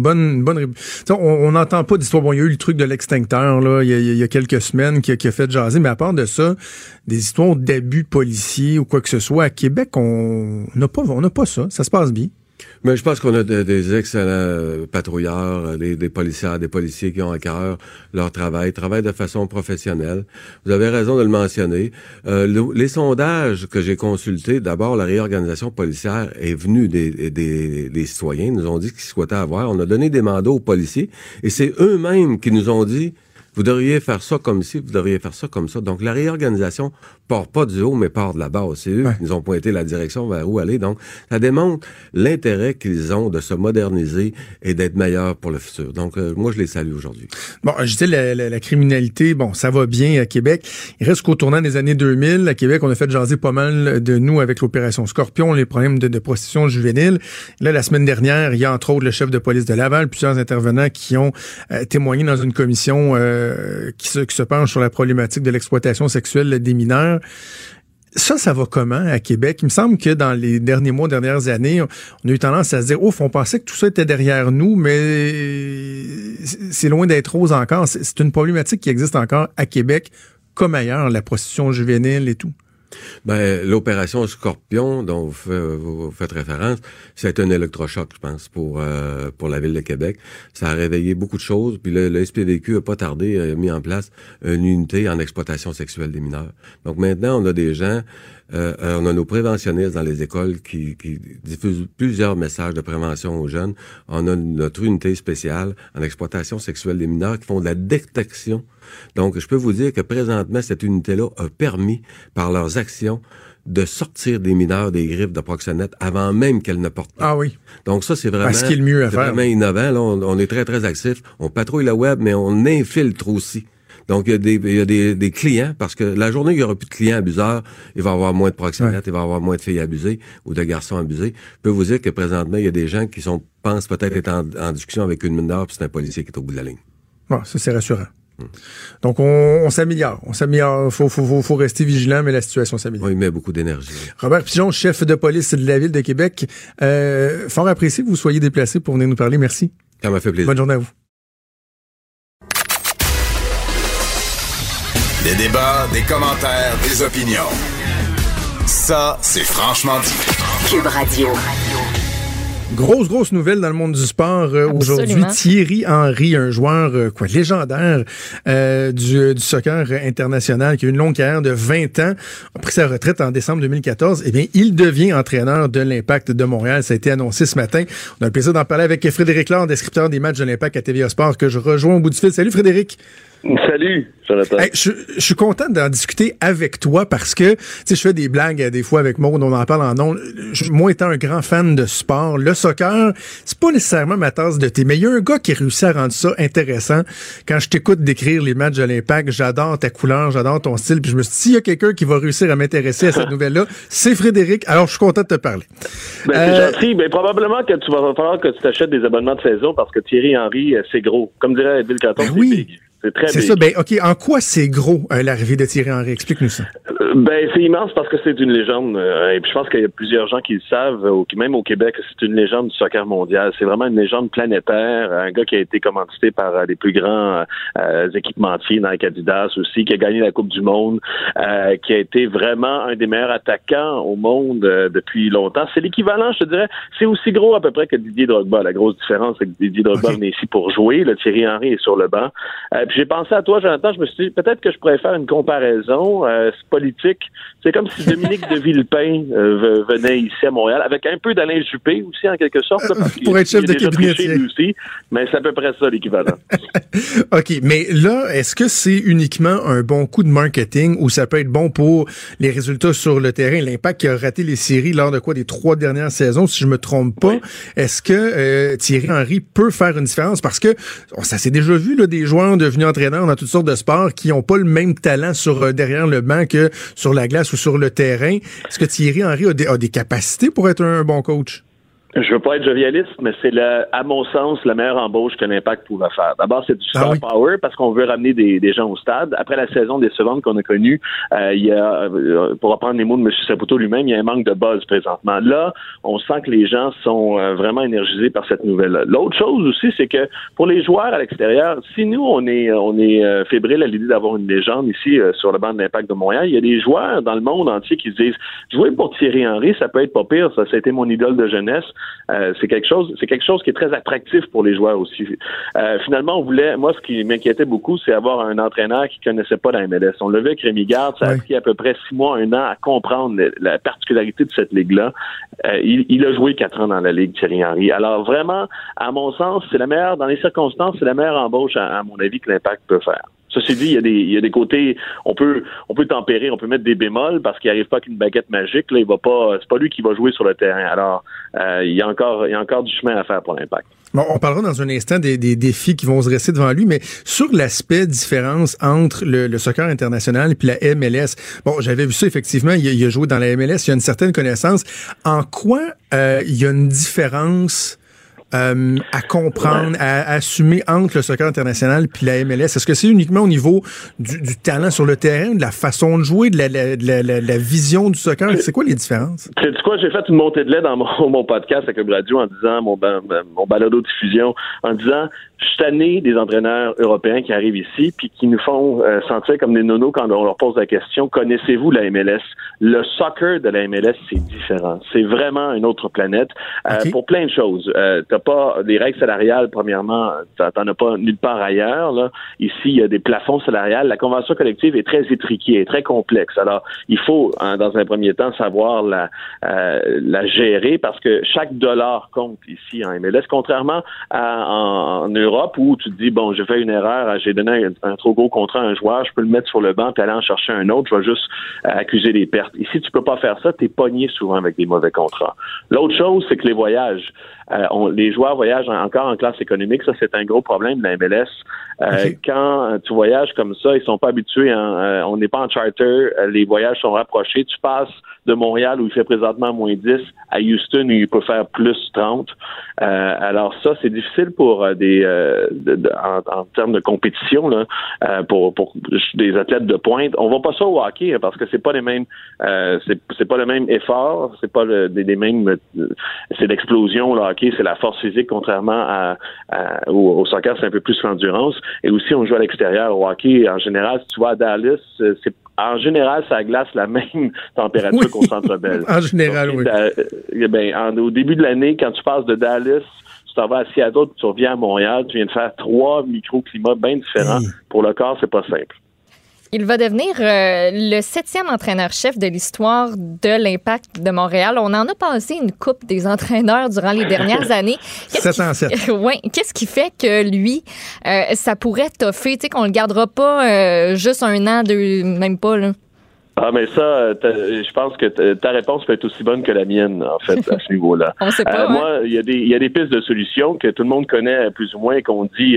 On n'entend pas d'histoire. Bon, il y a eu le truc de l'extincteur, là, il y a quelques semaines qui a fait jaser, mais à part de ça, des histoires d'abus policiers ou quoi que ce soit, à Québec, on n'a pas ça. Ça se passe bien. Mais je pense qu'on a des excellents patrouilleurs, des policiers qui ont à cœur leur travail de façon professionnelle. Vous avez raison de le mentionner. Les sondages que j'ai consultés, d'abord, la réorganisation policière est venue des citoyens. Ils nous ont dit ce qu'ils souhaitaient avoir. On a donné des mandats aux policiers et c'est eux-mêmes qui nous ont dit vous devriez faire ça comme ci, vous devriez faire ça comme ça. Donc, la réorganisation part pas du haut, mais part de la base. C'est eux qui nous ont pointé la direction vers où aller. Donc, ça démontre l'intérêt qu'ils ont de se moderniser et d'être meilleurs pour le futur. Donc, moi, je les salue aujourd'hui. Bon, je disais, la criminalité, bon, ça va bien à Québec. Il reste qu'au tournant des années 2000, à Québec, on a fait jaser pas mal de nous avec l'opération Scorpion, les problèmes de prostitution juvénile. Là, la semaine dernière, il y a entre autres le chef de police de Laval, plusieurs intervenants qui ont témoigné dans une commission qui se penche sur la problématique de l'exploitation sexuelle des mineurs. Ça va comment à Québec? Il me semble que dans les derniers mois, dernières années, on a eu tendance à se dire, on pensait que tout ça était derrière nous, mais c'est loin d'être rose encore. C'est une problématique qui existe encore à Québec, comme ailleurs, la prostitution juvénile et tout. Ben, l'opération Scorpion dont vous faites référence, c'est un électrochoc, je pense, pour la Ville de Québec. Ça a réveillé beaucoup de choses, puis le SPVQ a pas tardé, a mis en place une unité en exploitation sexuelle des mineurs. Donc maintenant, on a des gens, on a nos préventionnistes dans les écoles qui diffusent plusieurs messages de prévention aux jeunes. On a notre unité spéciale en exploitation sexuelle des mineurs qui font de la détection. Donc, je peux vous dire que présentement, cette unité-là a permis, par leurs actions, de sortir des mineurs des griffes de proxénètes avant même qu'elles ne portent pas. Ah oui. Donc ça, c'est vraiment, ce qui est le mieux à faire. Vraiment innovant. Là, on est très, très actifs. On patrouille le web, mais on infiltre aussi. Donc, il y a des clients, parce que la journée où il n'y aura plus de clients abuseurs, il va y avoir moins de proxénètes, il va y avoir moins de filles abusées ou de garçons abusés. Je peux vous dire que présentement, il y a des gens qui pensent peut-être être en discussion avec une mineure, puis c'est un policier qui est au bout de la ligne. Bon, ça, c'est rassurant. Donc, on s'améliore. Faut rester vigilant, mais la situation s'améliore. On y met beaucoup d'énergie. Robert Pigeon, chef de police de la Ville de Québec. Fort apprécié que vous soyez déplacé pour venir nous parler. Merci. Ça m'a fait plaisir. Bonne journée à vous. Des débats, des commentaires, des opinions. Ça, c'est franchement dit. Cube Radio. Grosse nouvelle dans le monde du sport aujourd'hui. Thierry Henry, un joueur légendaire du soccer international qui a une longue carrière de 20 ans, a pris sa retraite en décembre 2014. Eh bien, il devient entraîneur de l'Impact de Montréal. Ça a été annoncé ce matin. On a le plaisir d'en parler avec Frédéric Laure, descripteur des matchs de l'Impact à TVA Sport, que je rejoins au bout du fil. Salut Frédéric. Salut, Jonathan. Hey, je suis content d'en discuter avec toi parce que, tu sais, je fais des blagues des fois avec Maud, on en parle en ondes. Moi, étant un grand fan de sport, le soccer, c'est pas nécessairement ma tasse de thé, mais il y a un gars qui a réussi à rendre ça intéressant. Quand je t'écoute décrire les matchs de l'Impact, j'adore ta couleur, j'adore ton style, puis je me suis dit, s'il y a quelqu'un qui va réussir à m'intéresser à cette nouvelle-là, c'est Frédéric. Alors, je suis content de te parler. C'est gentil. Ben, probablement que tu vas falloir que tu t'achètes des abonnements de saison parce que Thierry Henry, c'est gros. Comme dirait Edwin Caton, c'est big. C'est très big. Ça. Ben, OK. En quoi c'est gros, l'arrivée de Thierry Henry? Explique-nous ça. C'est immense parce que c'est une légende. Et puis je pense qu'il y a plusieurs gens qui le savent, même au Québec, c'est une légende du soccer mondial. C'est vraiment une légende planétaire. Un gars qui a été commandité par les plus grands équipementiers, Nike, Adidas aussi, qui a gagné la Coupe du Monde, qui a été vraiment un des meilleurs attaquants au monde depuis longtemps. C'est l'équivalent, je te dirais. C'est aussi gros à peu près que Didier Drogba. La grosse différence, c'est que Didier Drogba venait ici pour jouer. Le Thierry Henry est sur le banc. Puis j'ai pensé à toi, Jonathan. Je me suis dit, peut-être que je pourrais faire une comparaison. C'est pas politique. C'est comme si Dominique de Villepin venait ici à Montréal, avec un peu d'Alain Juppé aussi, en quelque sorte. Là, parce pour être chef de cabinet. Lui aussi, mais c'est à peu près ça, l'équivalent. OK, mais là, est-ce que c'est uniquement un bon coup de marketing ou ça peut être bon pour les résultats sur le terrain? L'Impact qui a raté les séries lors de des 3 dernières saisons, si je me trompe pas. Oui. Est-ce que Thierry Henry peut faire une différence? Parce que ça s'est déjà vu, là, des joueurs devenus entraîneurs dans toutes sortes de sports qui n'ont pas le même talent derrière le banc que sur la glace ou sur le terrain. Est-ce que Thierry Henry a des capacités pour être un bon coach? Je veux pas être jovialiste, mais c'est à mon sens, la meilleure embauche que l'Impact pouvait faire. D'abord, c'est du star power parce qu'on veut ramener des gens au stade. Après la saison décevante qu'on a connue, il y a, pour reprendre les mots de M. Saputo lui-même, il y a un manque de buzz présentement. Là, on sent que les gens sont vraiment énergisés par cette nouvelle-là. L'autre chose aussi, c'est que pour les joueurs à l'extérieur, si nous, on est fébriles à l'idée d'avoir une légende ici sur le banc de l'Impact de Montréal, il y a des joueurs dans le monde entier qui se disent « Jouer pour Thierry Henry, ça peut être pas pire, ça a été mon idole de jeunesse. » C'est quelque chose qui est très attractif pour les joueurs aussi. Finalement, moi, ce qui m'inquiétait beaucoup, c'est avoir un entraîneur qui connaissait pas la MLS. On l'a vu avec Rémi Garde, ça a pris à peu près 6 mois, 1 an à comprendre la particularité de cette ligue-là. Il a joué 4 ans dans la ligue, Thierry Henry. Alors vraiment, à mon sens, dans les circonstances, c'est la meilleure embauche, à mon avis, que l'Impact peut faire. Ceci dit, il y a des côtés, on peut tempérer, on peut mettre des bémols parce qu'il n'arrive pas qu'une baguette magique. Là, c'est pas lui qui va jouer sur le terrain. Alors, il y a encore du chemin à faire pour l'Impact. Bon, on parlera dans un instant des défis qui vont se dresser devant lui, mais sur l'aspect différence entre le soccer international et la MLS. Bon, j'avais vu ça effectivement, il a joué dans la MLS, il a une certaine connaissance. En quoi il y a une différence à comprendre, à assumer entre le soccer international puis la MLS? Est-ce que c'est uniquement au niveau du talent sur le terrain, de la façon de jouer, de la vision du soccer? C'est quoi les différences? Tu sais quoi, j'ai fait une montée de lait dans mon podcast avec le radio en disant, mon balado-diffusion, en disant, je suis tanné des entraîneurs européens qui arrivent ici puis qui nous font sentir comme des nonos quand on leur pose la question, connaissez-vous la MLS? Le soccer de la MLS, c'est différent. C'est vraiment une autre planète pour plein de choses. T'as pas des règles salariales, premièrement, t'en as pas nulle part ailleurs. Là. Ici, il y a des plafonds salariales. La convention collective est très étriquée, très complexe. Alors, il faut, dans un premier temps, savoir la gérer parce que chaque dollar compte ici en MLS, contrairement en Europe où tu te dis, bon, j'ai fait une erreur, j'ai donné un trop gros contrat à un joueur, je peux le mettre sur le banc puis aller en chercher un autre, je vais juste accuser des pertes. Ici, tu peux pas faire ça, t'es pogné souvent avec des mauvais contrats. L'autre chose, c'est que les voyages, les joueurs voyagent encore en classe économique. Ça, c'est un gros problème de la MLS. Quand tu voyages comme ça, ils sont pas habitués. On n'est pas en charter. Les voyages sont rapprochés. Tu passes de Montréal, où il fait présentement moins 10, à Houston, où il peut faire plus 30. Alors ça, c'est difficile pour en termes de compétition là, pour des athlètes de pointe. On voit pas ça au hockey parce que c'est pas les mêmes c'est pas le même effort, c'est pas les mêmes c'est l'explosion le hockey, c'est la force physique contrairement au soccer, c'est un peu plus l'endurance. Et aussi on joue à l'extérieur au hockey. En général, si tu vas à Dallas, en général, ça glace la même température qu'au Centre Bell. En général, donc, oui. Au début de l'année, quand tu passes de Dallas, tu t'en vas à Seattle, tu reviens à Montréal, tu viens de faire 3 microclimats bien différents. Pour le corps, c'est pas simple. Il va devenir le 7e entraîneur-chef de l'histoire de l'Impact de Montréal. On en a passé une coupe des entraîneurs durant les dernières années. 707. Oui. Qu'est-ce qui fait que lui, ça pourrait toffer, tu sais, qu'on le gardera pas juste 1 an, 2, même pas, là? Ah, mais ça, je pense que ta réponse peut être aussi bonne que la mienne, en fait, à ce niveau-là. On sait pas, moi, il y a des pistes de solutions que tout le monde connaît plus ou moins et qu'on dit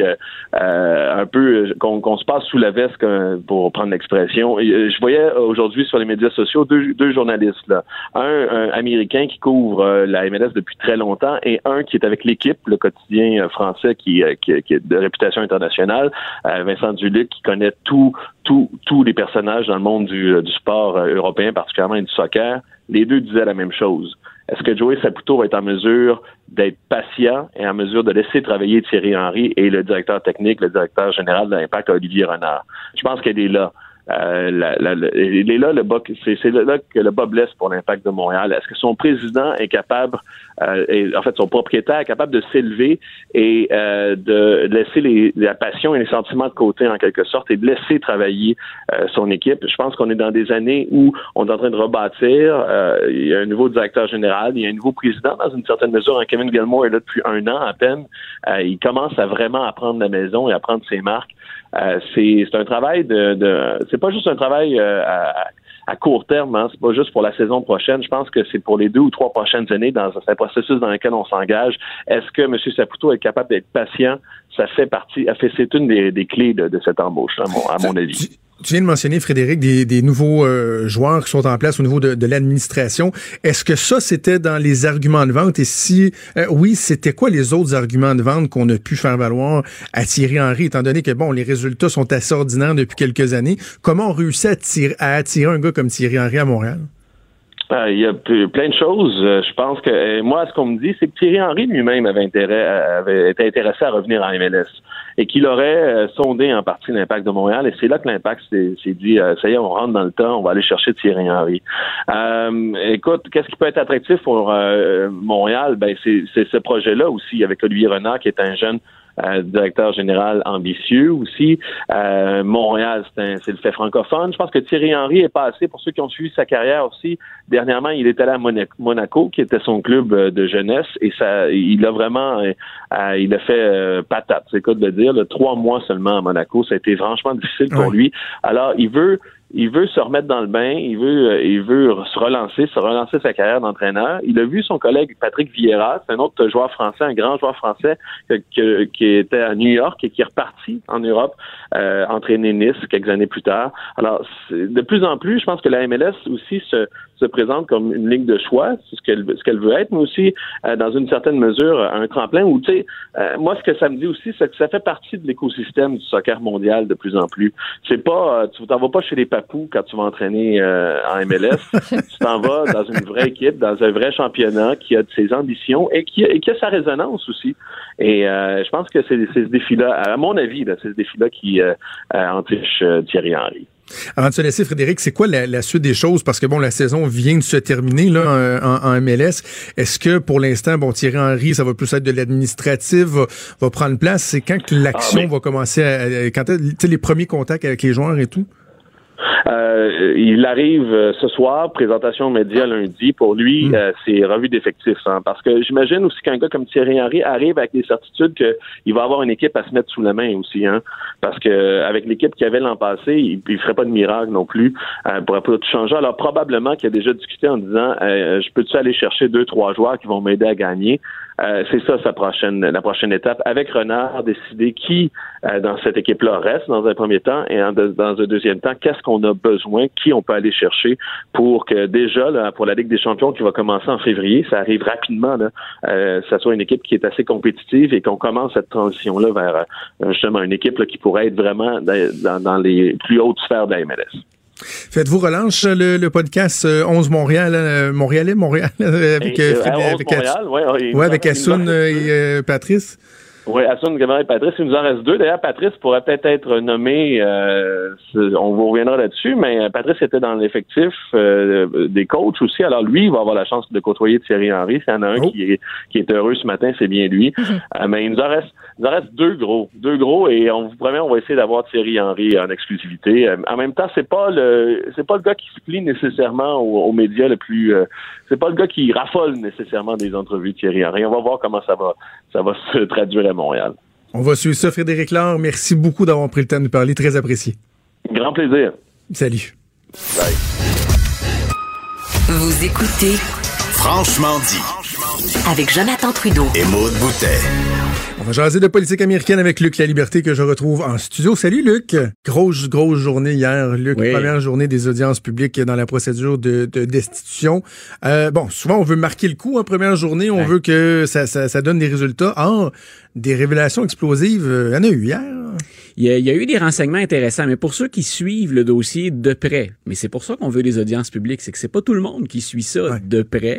un peu, qu'on se passe sous la veste, pour prendre l'expression. Je voyais aujourd'hui sur les médias sociaux deux journalistes, là. Un américain qui couvre la MLS depuis très longtemps et un qui est avec l'équipe, le quotidien français qui est de réputation internationale, Vincent Duluc, qui connaît tous les personnages dans le monde du sport européen, particulièrement du soccer. Les deux disaient la même chose. Est-ce que Joey Saputo va être en mesure d'être patient et en mesure de laisser travailler Thierry Henry et le directeur technique, le directeur général de l'Impact, Olivier Renard? Je pense qu'elle est là. il est là le bas, c'est là que le bas blesse pour l'Impact de Montréal. Est-ce que son président est capable, en fait son propriétaire est capable de s'élever et de laisser la passion et les sentiments de côté en quelque sorte et de laisser travailler son équipe? Je pense qu'on est dans des années où on est en train de rebâtir. Il y a un nouveau directeur général, il y a un nouveau président dans une certaine mesure. Kevin Gilmore est là depuis 1 an à peine. Il commence à vraiment apprendre la maison et à prendre ses marques. C'est un travail c'est pas juste un travail à court terme, hein. C'est pas juste pour la saison prochaine. Je pense que c'est pour les 2 ou 3 prochaines années dans un processus dans lequel on s'engage. Est-ce que M. Saputo est capable d'être patient? C'est une des clés de cette embauche, à mon avis. Tu viens de mentionner, Frédéric, des nouveaux joueurs qui sont en place au niveau de l'administration. Est-ce que ça, c'était dans les arguments de vente? Et si oui, c'était quoi les autres arguments de vente qu'on a pu faire valoir à Thierry Henry, étant donné que, bon, les résultats sont assez ordinaires depuis quelques années? Comment on réussit à attirer un gars comme Thierry Henry à Montréal? Il y a plein de choses. Je pense que moi, ce qu'on me dit, c'est que Thierry Henry lui-même avait été intéressé à revenir en MLS et qu'il aurait sondé en partie l'Impact de Montréal. Et c'est là que l'Impact s'est dit, ça y est, on rentre dans le temps, on va aller chercher Thierry Henry. Écoute, qu'est-ce qui peut être attractif pour Montréal? Ben, c'est ce projet-là aussi, avec Olivier Renard, qui est un jeune directeur général ambitieux aussi. Montréal, c'est le fait francophone. Je pense que Thierry Henry est passé, pour ceux qui ont suivi sa carrière aussi, dernièrement, il est allé à Monaco, qui était son club de jeunesse, et il a vraiment, il a fait patate, c'est quoi de le dire, 3 mois seulement à Monaco. Ça a été franchement difficile pour lui. Alors, il veut se remettre dans le bain, il veut se relancer sa carrière d'entraîneur. Il a vu son collègue Patrick Vieira, c'est un autre joueur français, un grand joueur français qui était à New York et qui est reparti en Europe entraîner Nice quelques années plus tard. Alors, de plus en plus, je pense que la MLS aussi se présente comme une ligue de choix, c'est ce qu'elle veut être, mais aussi dans une certaine mesure un tremplin où, tu sais, moi ce que ça me dit aussi, c'est que ça fait partie de l'écosystème du soccer mondial de plus en plus. C'est pas, tu t'en vas pas chez les papous quand tu vas entraîner en MLS, tu t'en vas dans une vraie équipe, dans un vrai championnat qui a ses ambitions et qui a sa résonance aussi. Et je pense que c'est ce défi-là, à mon avis, c'est ce défi-là qui entiche Thierry Henry. Avant de se laisser, Frédéric, c'est quoi la suite des choses? Parce que, bon, la saison vient de se terminer là en MLS. Est-ce que, pour l'instant, bon, Thierry Henry, ça va plus être de l'administratif, va prendre place? C'est quand que l'action va commencer quand les premiers contacts avec les joueurs et tout? Il arrive ce soir, présentation média lundi. Pour lui, c'est revue d'effectifs. Hein, parce que j'imagine aussi qu'un gars comme Thierry Henry arrive avec des certitudes qu'il va avoir une équipe à se mettre sous la main aussi. Hein, parce que avec l'équipe qu'il avait l'an passé, il ferait pas de miracle non plus. Pourrait pas tout changer. Alors probablement qu'il a déjà discuté en disant je peux-tu aller chercher 2-3 joueurs qui vont m'aider à gagner? C'est ça la prochaine étape. Avec Renard, décider qui dans cette équipe-là reste dans un premier temps et dans un deuxième temps, qu'est-ce qu'on a besoin, qui on peut aller chercher pour que déjà, là, pour la Ligue des champions qui va commencer en février, ça arrive rapidement, là, ça soit une équipe qui est assez compétitive et qu'on commence cette transition-là vers justement une équipe là, qui pourrait être vraiment dans les plus hautes sphères de la MLS. Faites-vous relâche le podcast 11 Montréal, Montréal avec avec Assoun et Patrice. Oui, Assoun, Gamard et Patrice, il nous en reste 2. D'ailleurs, Patrice pourrait peut-être être nommé, on vous reviendra là-dessus, mais Patrice était dans l'effectif des coachs aussi. Alors lui, il va avoir la chance de côtoyer Thierry Henry. S'il y en a un qui est heureux ce matin, c'est bien lui. Mais il nous en reste 2 gros, et on vous promet, on va essayer d'avoir Thierry Henry en exclusivité. En même temps, c'est pas le gars qui se plie nécessairement aux médias le plus. C'est pas le gars qui raffole nécessairement des entrevues de Thierry Henry. On va voir comment ça va se traduire à Montréal. On va suivre ça, Frédéric Laure. Merci beaucoup d'avoir pris le temps de nous parler. Très apprécié. Grand plaisir. Salut. Bye. Vous écoutez Franchement dit avec Jonathan Trudeau et Maude Boutet. On va jaser de politique américaine avec Luc La Liberté que je retrouve en studio. Salut Luc! Grosse journée hier, Luc. Oui. Première journée des audiences publiques dans la procédure de destitution. Bon, souvent on veut marquer le coup en première journée, on veut que ça donne des résultats. Or, des révélations explosives, il y en a eu hier. il y a eu des renseignements intéressants, mais pour ceux qui suivent le dossier de près, mais c'est pour ça qu'on veut des audiences publiques, c'est que c'est pas tout le monde qui suit ça de près.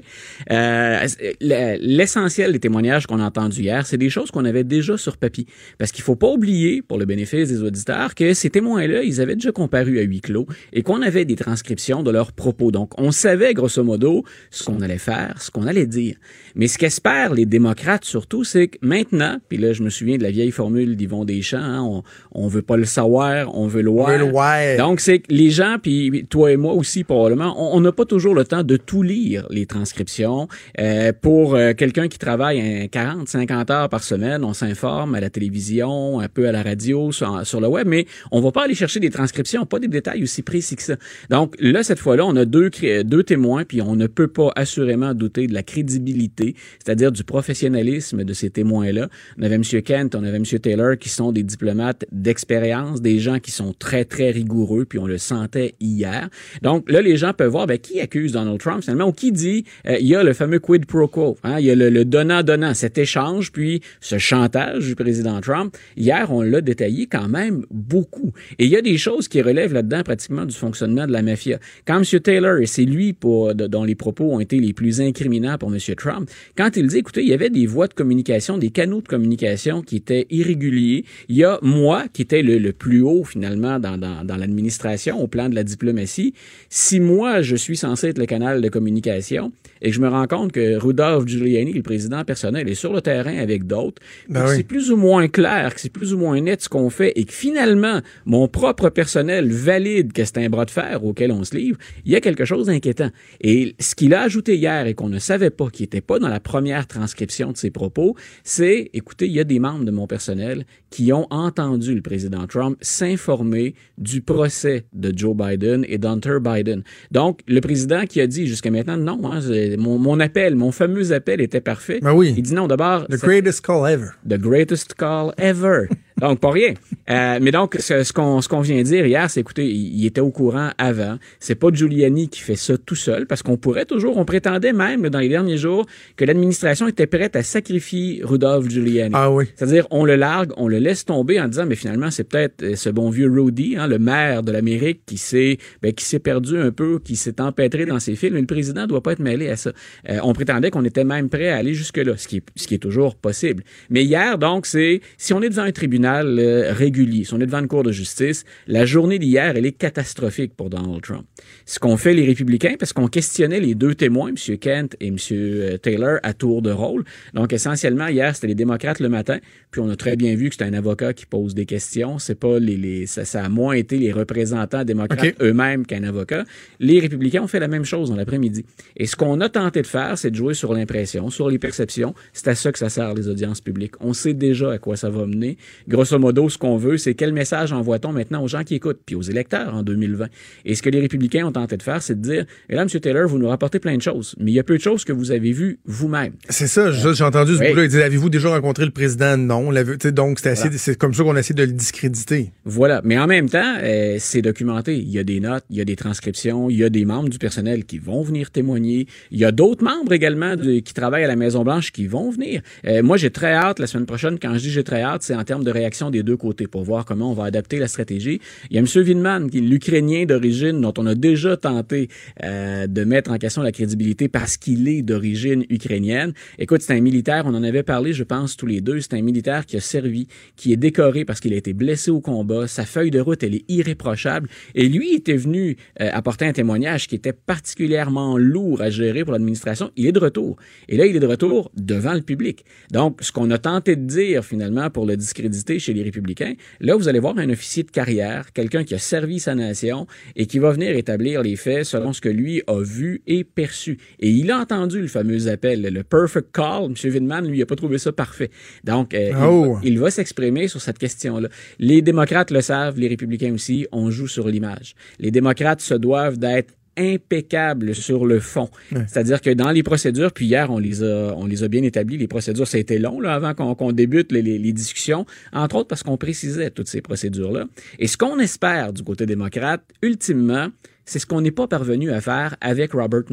L'essentiel des témoignages qu'on a entendus hier, c'est des choses qu'on avait déjà sur papier. Parce qu'il faut pas oublier, pour le bénéfice des auditeurs, que ces témoins-là, ils avaient déjà comparu à huis clos et qu'on avait des transcriptions de leurs propos. Donc, on savait, grosso modo, ce qu'on allait faire, ce qu'on allait dire. Mais ce qu'espèrent les démocrates, surtout, c'est que maintenant, puis là, je me souviens de la vieille formule d'Yvon Deschamps, hein, on veut pas le savoir, on veut le voir. Donc, c'est que les gens, puis toi et moi aussi, probablement, on n'a pas toujours le temps de tout lire, les transcriptions. Pour quelqu'un qui travaille 40, 50 heures par semaine, on s'informe à la télévision, un peu à la radio, sur le web, mais on va pas aller chercher des transcriptions, pas des détails aussi précis que ça. Donc là, cette fois-là, on a deux témoins, puis on ne peut pas assurément douter de la crédibilité, c'est-à-dire du professionnalisme de ces témoins-là. On avait M. Kent, on avait M. Taylor, qui sont des diplomates d'expérience, des gens qui sont très, très rigoureux, puis on le sentait hier. Donc là, les gens peuvent voir, qui accuse Donald Trump, finalement, ou qui dit, il y a le fameux quid pro quo, hein, il y a le donnant-donnant, cet échange, puis ce chantage du président Trump. Hier, on l'a détaillé quand même beaucoup. Et il y a des choses qui relèvent là-dedans pratiquement du fonctionnement de la mafia. Quand M. Taylor, et c'est lui dont les propos ont été les plus incriminants pour M. Trump, quand il dit, écoutez, il y avait des voies de communication, des canaux de communication qui étaient irréguliers. Il y a moi, qui était le plus haut, finalement, dans l'administration, au plan de la diplomatie. Si moi, je suis censé être le canal de communication, et que je me rends compte que Rudolph Giuliani, le président personnel, est sur le terrain avec d'autres, c'est plus ou moins clair, que c'est plus ou moins net ce qu'on fait, et que finalement, mon propre personnel valide que c'est un bras de fer auquel on se livre, il y a quelque chose d'inquiétant. Et ce qu'il a ajouté hier et qu'on ne savait pas, qui n'était pas dans la première transcription de ses propos, c'est, écoutez, il y a des membres de mon personnel qui ont entendu le président Trump s'informer du procès de Joe Biden et d'Hunter Biden. Donc, le président qui a dit jusqu'à maintenant, non, hein, mon appel, mon fameux appel était parfait. Il dit non, d'abord... The greatest call ever. The greatest call ever. Donc, pas rien. Mais donc, ce qu'on vient dire hier, c'est, écoutez, il était au courant avant. C'est pas Giuliani qui fait ça tout seul, parce qu'on prétendait même, dans les derniers jours, que l'administration était prête à sacrifier Rudolph Giuliani. Ah oui. C'est-à-dire, on le largue, on le laisse tomber en disant, mais finalement, c'est peut-être ce bon vieux Rudy, hein, le maire de l'Amérique, qui s'est perdu un peu, qui s'est empêtré dans ses fils, mais le président doit pas être mêlé à ça. On prétendait qu'on était même prêt à aller jusque-là, ce qui est toujours possible. Mais hier, donc, si on est devant un tribunal régulier, si on est devant une cour de justice, la journée d'hier, elle est catastrophique pour Donald Trump. Ce qu'ont fait les républicains, parce qu'on questionnait les deux témoins, M. Kent et M. Taylor, à tour de rôle. Donc, essentiellement, hier, c'était les démocrates le matin, puis on a très bien vu que c'était un avocat qui pose des questions. C'est pas ça a moins été les représentants démocrates eux-mêmes qu'un avocat. Les républicains ont fait la même chose dans l'après-midi. Et ce qu'on a tenté de faire, c'est de jouer sur l'impression, sur les perceptions. C'est à ça que ça sert, les audiences publiques. On sait déjà à quoi ça va mener. Grosso modo, ce qu'on veut, c'est quel message envoie-t-on maintenant aux gens qui écoutent, puis aux électeurs en 2020. Et ce que les républicains ont tenté de faire, c'est de dire, et là, M. Taylor, vous nous rapportez plein de choses, mais il y a peu de choses que vous avez vues vous-même. C'est ça, j'ai entendu ce bout-là. Il dit, avez-vous déjà rencontré le président? Non. Donc, c'est comme ça qu'on essaie de le discréditer. Voilà. Mais en même temps, c'est documenté. Il y a des notes, il y a des transcriptions, il y a des membres du personnel qui vont venir témoigner. Il y a d'autres membres également qui travaillent à la Maison-Blanche qui vont venir. Moi, j'ai très hâte, la semaine prochaine, quand je dis j'ai très hâte, c'est en termes de réaction des deux côtés pour voir comment on va adapter la stratégie. Il y a M. Vindman, qui est l'Ukrainien d'origine, dont on a déjà tenté de mettre en question la crédibilité parce qu'il est d'origine ukrainienne. Écoute, c'est un militaire, on en avait parlé, je pense, tous les deux. C'est un militaire qui a servi, qui est décoré parce qu'il a été blessé au combat. Sa feuille de route, elle est irréprochable. Et lui était venu apporter un témoignage qui était particulièrement lourd à gérer pour l'administration. Il est de retour. Et là, il est de retour devant le public. Donc, ce qu'on a tenté de dire, finalement, pour le discréditer chez les républicains, là, vous allez voir un officier de carrière, quelqu'un qui a servi sa nation et qui va venir établir les faits selon ce que lui a vu et perçu. Et il a entendu le fameux appel, le perfect call. M. Vindman, lui, il n'a pas trouvé ça parfait. Donc, il va s'exprimer sur cette question-là. Les démocrates le savent, les républicains aussi, on joue sur l'image. Les démocrates se doivent d'être impeccable sur le fond. C'est-à-dire que dans les procédures, puis hier, on les a bien établies, les procédures, ça a été long là, avant qu'on débute les discussions, entre autres parce qu'on précisait toutes ces procédures-là. Et ce qu'on espère du côté démocrate, ultimement, c'est ce qu'on n'est pas parvenu à faire avec Robert Mueller.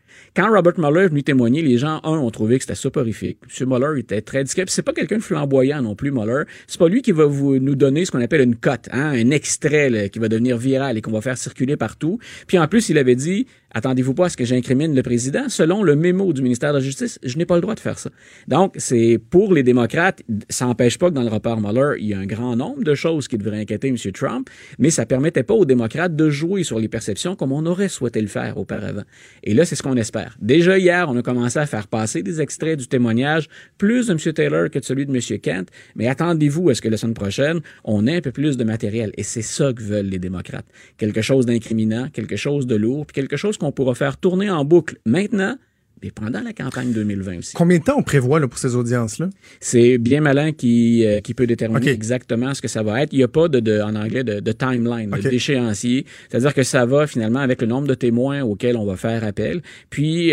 Quand Robert Mueller est venu témoigner, les gens, ont trouvé que c'était soporifique. M. Mueller était très discret. Puis c'est pas quelqu'un de flamboyant non plus, Mueller. C'est pas lui qui va nous donner ce qu'on appelle une cote, un extrait là, qui va devenir viral et qu'on va faire circuler partout. Puis en plus, il avait dit, attendez-vous pas à ce que j'incrimine le président. Selon le mémo du ministère de la Justice, je n'ai pas le droit de faire ça. Donc, c'est pour les démocrates, ça n'empêche pas que dans le rapport Mueller, il y a un grand nombre de choses qui devraient inquiéter M. Trump, mais ça permettait pas aux démocrates de jouer sur les perceptions comme on aurait souhaité le faire auparavant. Et là, c'est ce qu'on espère. Déjà hier, on a commencé à faire passer des extraits du témoignage, plus de M. Taylor que de celui de M. Kent, mais attendez-vous à ce que la semaine prochaine, on ait un peu plus de matériel. Et c'est ça que veulent les démocrates. Quelque chose d'incriminant, quelque chose de lourd, puis quelque chose qu'on pourra faire tourner en boucle maintenant, mais pendant la campagne 2020 aussi. Combien de temps on prévoit là, pour ces audiences-là? C'est bien malin qui peut déterminer exactement ce que ça va être. Il n'y a pas en anglais de timeline, d'échéancier. C'est-à-dire que ça va finalement avec le nombre de témoins auxquels on va faire appel, puis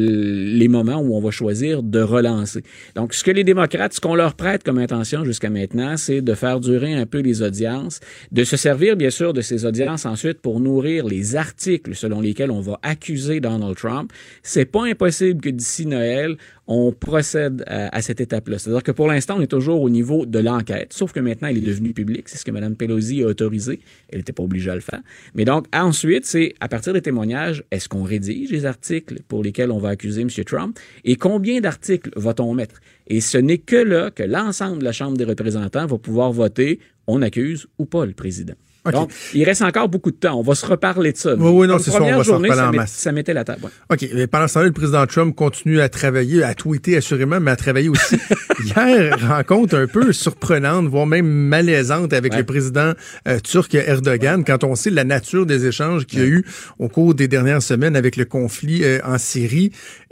les moments où on va choisir de relancer. Donc, ce que les démocrates, ce qu'on leur prête comme intention jusqu'à maintenant, c'est de faire durer un peu les audiences, de se servir bien sûr de ces audiences ensuite pour nourrir les articles selon lesquels on va accuser Donald Trump. C'est pas impossible que d'ici Noël, on procède à cette étape-là. C'est-à-dire que pour l'instant, on est toujours au niveau de l'enquête, sauf que maintenant, il est devenu public. C'est ce que Mme Pelosi a autorisé. Elle n'était pas obligée à le faire. Mais donc, ensuite, c'est à partir des témoignages, est-ce qu'on rédige les articles pour lesquels on va accuser M. Trump et combien d'articles va-t-on mettre? Et ce n'est que là que l'ensemble de la Chambre des représentants va pouvoir voter on accuse ou pas le président. Okay. Donc, il reste encore beaucoup de temps. On va se reparler de ça. Oui, non, c'est ça, on va se reparler en masse. Ça mettait la table. Ouais. OK. Mais pendant ce temps-là, le président Trump continue à travailler, à tweeter assurément, mais à travailler aussi. Hier, rencontre un peu surprenante, voire même malaisante avec le président turc Erdogan, quand on sait la nature des échanges qu'il y a eu au cours des dernières semaines avec le conflit en Syrie.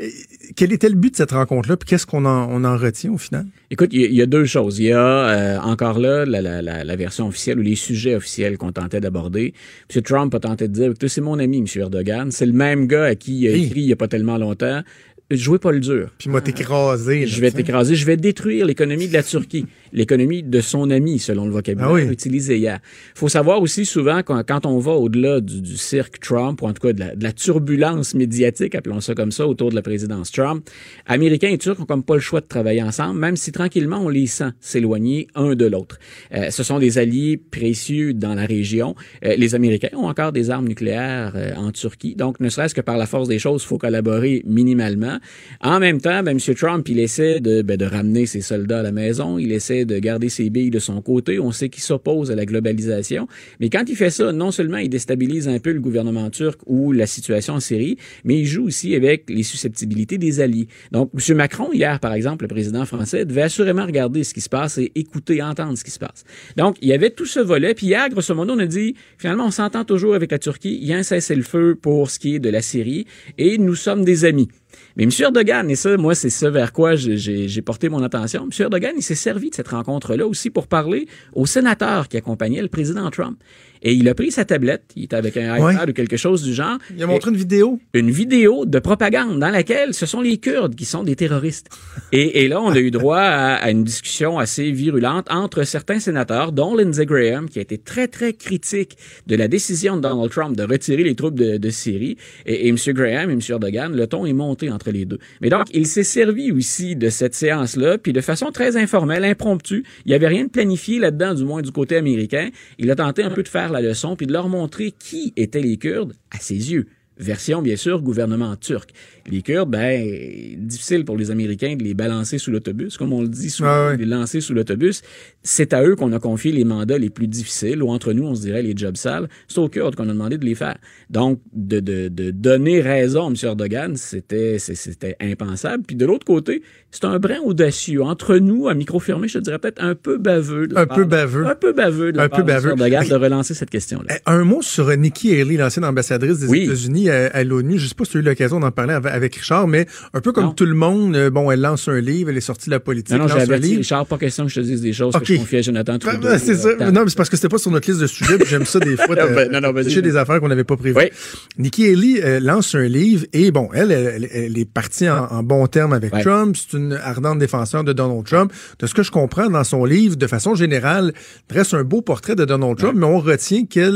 Quel était le but de cette rencontre-là? Puis qu'est-ce qu'on en retient au final? Écoute, il y a deux choses. Il y a encore là la version officielle ou les sujets officiels qu'on tentait d'aborder. M. Trump a tenté de dire, écoutez, c'est mon ami, M. Erdogan. C'est le même gars à qui il a écrit il n'y a pas tellement longtemps. Jouez pas le dur. Puis moi t'écraser. Je vais t'écraser. Je vais détruire l'économie de la Turquie. L'économie de son ami, selon le vocabulaire utilisé hier. Faut savoir aussi souvent quand on va au-delà du cirque Trump, ou en tout cas de la turbulence médiatique, appelons ça comme ça, autour de la présidence Trump, Américains et Turcs ont comme pas le choix de travailler ensemble, même si tranquillement on les sent s'éloigner un de l'autre. Ce sont des alliés précieux dans la région. Les Américains ont encore des armes nucléaires en Turquie, donc ne serait-ce que par la force des choses, il faut collaborer minimalement. En même temps, M. Trump, il essaie de ramener ses soldats à la maison, il essaie de garder ses billes de son côté. On sait qu'il s'oppose à la globalisation. Mais quand il fait ça, non seulement il déstabilise un peu le gouvernement turc ou la situation en Syrie, mais il joue aussi avec les susceptibilités des alliés. Donc, M. Macron, hier, par exemple, le président français, devait assurément regarder ce qui se passe et écouter, entendre ce qui se passe. Donc, il y avait tout ce volet. Puis hier, grosso modo, on a dit, finalement, on s'entend toujours avec la Turquie. Il y a un cessez-le-feu pour ce qui est de la Syrie et nous sommes des amis. Mais M. Erdogan, et ça, moi, c'est ça vers quoi j'ai porté mon attention, M. Erdogan, il s'est servi de cette rencontre-là aussi pour parler aux sénateurs qui accompagnaient le président Trump. Et il a pris sa tablette, il était avec un iPad ou quelque chose du genre. Il a montré une vidéo. Une vidéo de propagande dans laquelle ce sont les Kurdes qui sont des terroristes. Et là, on a eu droit à une discussion assez virulente entre certains sénateurs, dont Lindsey Graham, qui a été très, très critique de la décision de Donald Trump de retirer les troupes de Syrie. Et M. Graham et M. Erdogan, le ton est monté entre les deux. Mais donc, il s'est servi aussi de cette séance-là, puis de façon très informelle, impromptue. Il n'y avait rien de planifié là-dedans, du moins du côté américain. Il a tenté un peu de faire la leçon, puis de leur montrer qui étaient les Kurdes à ses yeux. Version, bien sûr, gouvernement turc. Les Kurdes, difficile pour les Américains de les balancer sous l'autobus, comme on le dit souvent, les lancer sous l'autobus. C'est à eux qu'on a confié les mandats les plus difficiles, ou entre nous, on se dirait les jobs sales. C'est aux Kurdes qu'on a demandé de les faire. Donc, de donner raison à M. Erdogan, c'était impensable. Puis de l'autre côté, c'est un brin audacieux. Entre nous, à micro fermé, je te dirais peut-être un peu baveux. Un peu baveux de la part de M. Erdogan de relancer cette question-là. Un mot sur Nikki Haley, l'ancienne ambassadrice des États-Unis à l'ONU. Je ne sais pas si tu as eu l'occasion d'en parler avec Richard, mais un peu comme tout le monde, elle lance un livre, elle est sortie de la politique. Non, j'ai averti Richard, pas question que je te dise des choses que je confiais à Jonathan Trudeau. C'est ça. Non, mais c'est parce que c'était pas sur notre liste de sujets, puis j'aime ça des fois. J'ai des affaires qu'on n'avait pas prévues. Oui. Nikki Haley lance un livre et elle est partie en bon terme avec Trump. C'est une ardente défenseur de Donald Trump. De ce que je comprends dans son livre, de façon générale, dresse un beau portrait de Donald Trump, mais on retient qu'elle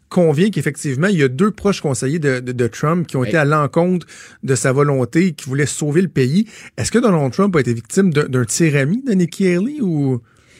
convient qu'effectivement, il y a 2 proches conseillers de Trump qui ont été à l'encontre de sa volonté, qui voulaient sauver le pays. Est-ce que Donald Trump a été victime d'un tir ami de Nikki Haley ou...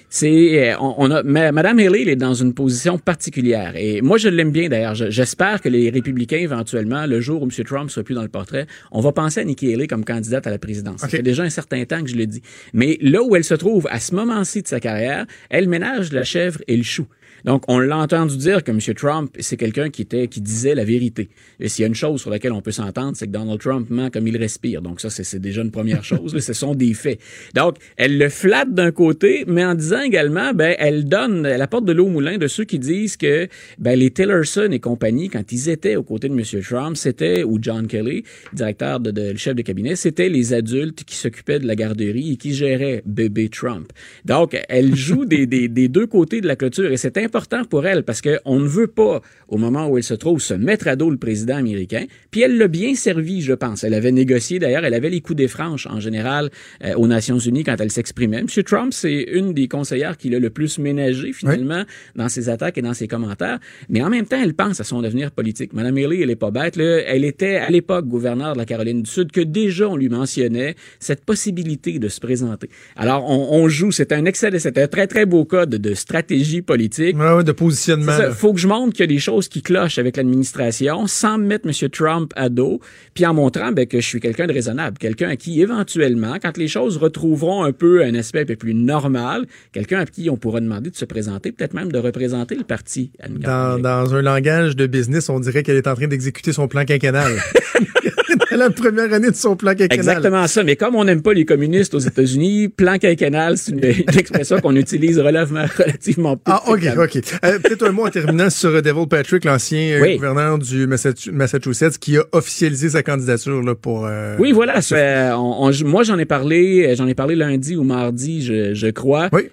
Madame Haley, elle est dans une position particulière. Et moi, je l'aime bien, d'ailleurs. J'espère que les républicains, éventuellement, le jour où M. Trump sera plus dans le portrait, on va penser à Nikki Haley comme candidate à la présidence. Okay. Ça fait déjà un certain temps que je le dis. Mais là où elle se trouve, à ce moment-ci de sa carrière, elle ménage la chèvre et le chou. Donc, on l'a entendu dire que M. Trump, c'est quelqu'un qui disait la vérité. Et s'il y a une chose sur laquelle on peut s'entendre, c'est que Donald Trump ment comme il respire. Donc, ça, c'est déjà une première chose. Là, ce sont des faits. Donc, elle le flatte d'un côté, mais en disant également, elle apporte de l'eau au moulin de ceux qui disent que, les Tillerson et compagnie, quand ils étaient aux côtés de M. Trump, ou John Kelly, directeur le chef de cabinet, c'était les adultes qui s'occupaient de la garderie et qui géraient bébé Trump. Donc, elle joue des 2 côtés de la clôture et c'est important pour elle parce qu'on ne veut pas, au moment où elle se trouve, se mettre à dos le président américain. Puis elle l'a bien servi, je pense. Elle avait négocié, d'ailleurs, elle avait les coups des franches en général aux Nations Unies quand elle s'exprimait. M. Trump, c'est une des conseillères qui l'a le plus ménagé, finalement, dans ses attaques et dans ses commentaires. Mais en même temps, elle pense à son avenir politique. Mme Haley, elle est pas bête. Là. Elle était, à l'époque, gouverneure de la Caroline du Sud, que déjà on lui mentionnait cette possibilité de se présenter. Alors, on joue. C'est un très, très beau cas de stratégie politique. Ouais, de positionnement. Il faut que je montre qu'il y a des choses qui clochent avec l'administration sans mettre M. Trump à dos, puis en montrant que je suis quelqu'un de raisonnable, quelqu'un à qui, éventuellement, quand les choses retrouveront un peu un aspect un peu plus normal, quelqu'un à qui on pourra demander de se présenter, peut-être même de représenter le parti. Dans un langage de business, on dirait qu'elle est en train d'exécuter son plan quinquennal. La première année de son plan quinquennal. Exactement ça. Mais comme on n'aime pas les communistes aux États-Unis, plan quinquennal, c'est une expression qu'on utilise relativement peu. OK. Peut-être un mot en terminant sur Devil Patrick, l'ancien gouverneur du Massachusetts, qui a officialisé sa candidature là, pour... Oui, voilà. Moi, j'en ai parlé lundi ou mardi, je crois. Oui.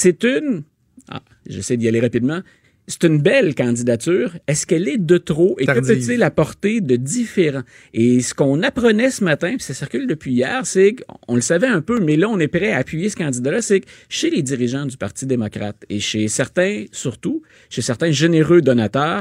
J'essaie d'y aller rapidement. C'est une belle candidature. Est-ce qu'elle est de trop et que peut-il apporter de différent? Et ce qu'on apprenait ce matin, puis ça circule depuis hier, c'est qu'on le savait un peu, mais là, on est prêt à appuyer ce candidat-là, c'est que chez les dirigeants du Parti démocrate et chez certains, surtout, chez certains généreux donateurs,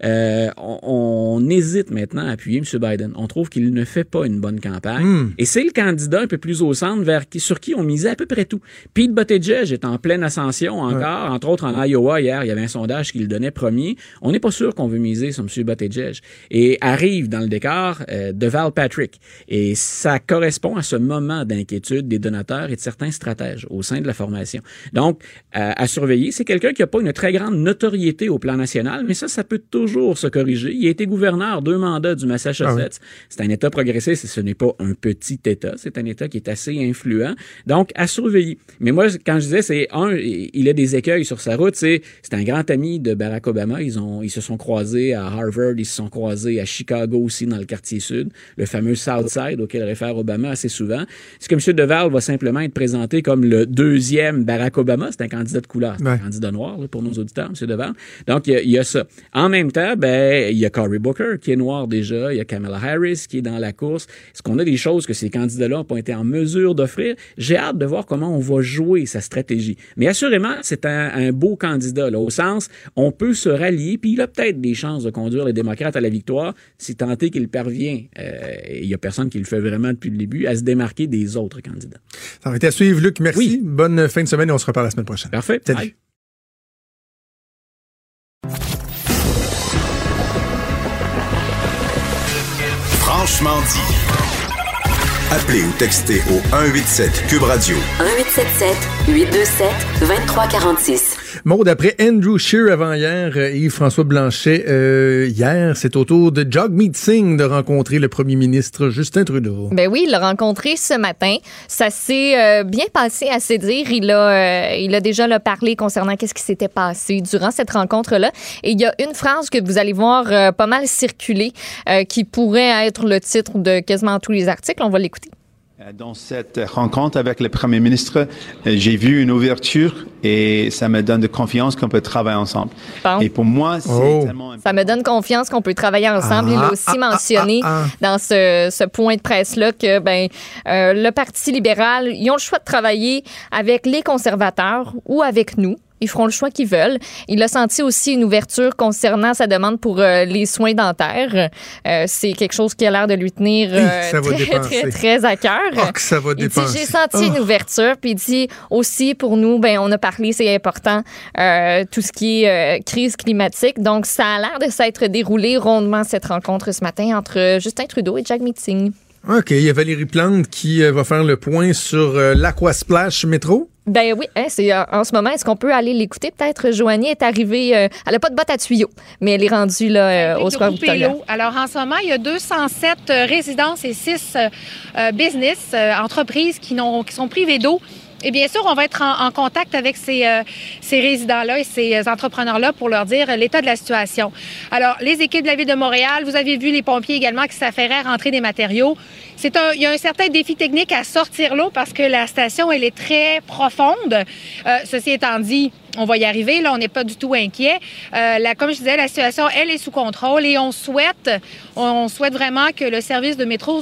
on hésite maintenant à appuyer M. Biden. On trouve qu'il ne fait pas une bonne campagne. Et c'est le candidat un peu plus au centre sur qui on misait à peu près tout. Pete Buttigieg est en pleine ascension encore. Entre autres, en Iowa, hier, il y avait un sondage qui le donnait premier. On n'est pas sûr qu'on veut miser sur M. Buttigieg. Et arrive dans le décor Deval Patrick. Et ça correspond à ce moment d'inquiétude des donateurs et de certains stratèges au sein de la formation. Donc, à surveiller, c'est quelqu'un qui n'a pas une très grande notoriété au plan national, mais ça peut toujours se corriger. Il a été gouverneur 2 mandats du Massachusetts. C'est un État progressiste et ce n'est pas un petit État. C'est un État qui est assez influent. Donc, à surveiller. Mais moi, quand je disais, il a des écueils sur sa route, c'est un grand ami de Barack Obama. Ils se sont croisés à Harvard, ils se sont croisés à Chicago aussi, dans le quartier sud, le fameux South Side auquel réfère Obama assez souvent. Est-ce que M. Deval va simplement être présenté comme le 2e Barack Obama? C'est un candidat de couleur, c'est un candidat noir là, pour nos auditeurs, M. Deval. Donc, il y a ça. En même temps, il y a Cory Booker qui est noir déjà, il y a Kamala Harris qui est dans la course. Est-ce qu'on a des choses que ces candidats-là n'ont pas été en mesure d'offrir? J'ai hâte de voir comment on va jouer sa stratégie. Mais assurément, c'est un beau candidat, là, au sens, on peut se rallier, puis il a peut-être des chances de conduire les démocrates à la victoire, si tant est qu'il parvient, et il n'y a personne qui le fait vraiment depuis le début, à se démarquer des autres candidats. Ça va être à suivre, Luc. Merci. Oui. Bonne fin de semaine et on se reparle la semaine prochaine. Parfait. Salut. Franchement dit. Appelez ou textez au 187 Cube Radio. 1877-827-2346. Maud, après Andrew Scheer avant-hier, Yves-François Blanchet hier, c'est au tour de Jagmeet Singh de rencontrer le premier ministre Justin Trudeau. Ben oui, il l'a rencontré ce matin. Ça s'est bien passé, à se dire. Il a déjà parlé concernant qu'est-ce qui s'était passé durant cette rencontre-là. Et il y a une phrase que vous allez voir pas mal circuler qui pourrait être le titre de quasiment tous les articles. On va l'écouter. Dans cette rencontre avec le premier ministre, j'ai vu une ouverture et ça me donne de confiance qu'on peut travailler ensemble. Bon. Et pour moi, c'est tellement important. Ça me donne confiance qu'on peut travailler ensemble. Il a aussi mentionné dans ce point de presse-là que le Parti libéral, ils ont le choix de travailler avec les conservateurs ou avec nous. ils feront le choix qu'ils veulent. Il a senti aussi une ouverture concernant sa demande pour les soins dentaires. C'est quelque chose qui a l'air de lui tenir très à cœur. Oh, que ça va dépenser. Il dit, j'ai senti une ouverture, puis il dit aussi, pour nous, on a parlé, c'est important, tout ce qui est crise climatique. Donc, ça a l'air de s'être déroulé rondement, cette rencontre ce matin entre Justin Trudeau et Jack Meeting. OK, il y a Valérie Plante qui va faire le point sur l'Aquasplash Métro. Ben oui, c'est en ce moment, est-ce qu'on peut aller l'écouter? Peut-être Joanie est arrivée, elle n'a pas de botte à tuyaux, mais elle est rendue là, au Square Victoria. Alors en ce moment, il y a 207 résidences et 6 business, entreprises qui sont privées d'eau. Et bien sûr, on va être en contact avec ces résidents-là et ces entrepreneurs-là pour leur dire l'état de la situation. Alors, les équipes de la Ville de Montréal, vous avez vu les pompiers également qui s'affairaient à rentrer des matériaux. Il y a un certain défi technique à sortir l'eau parce que la station, elle est très profonde. Ceci étant dit, on va y arriver. Là, on n'est pas du tout inquiet. Comme je disais, la situation, elle est sous contrôle et on souhaite vraiment que le service de métro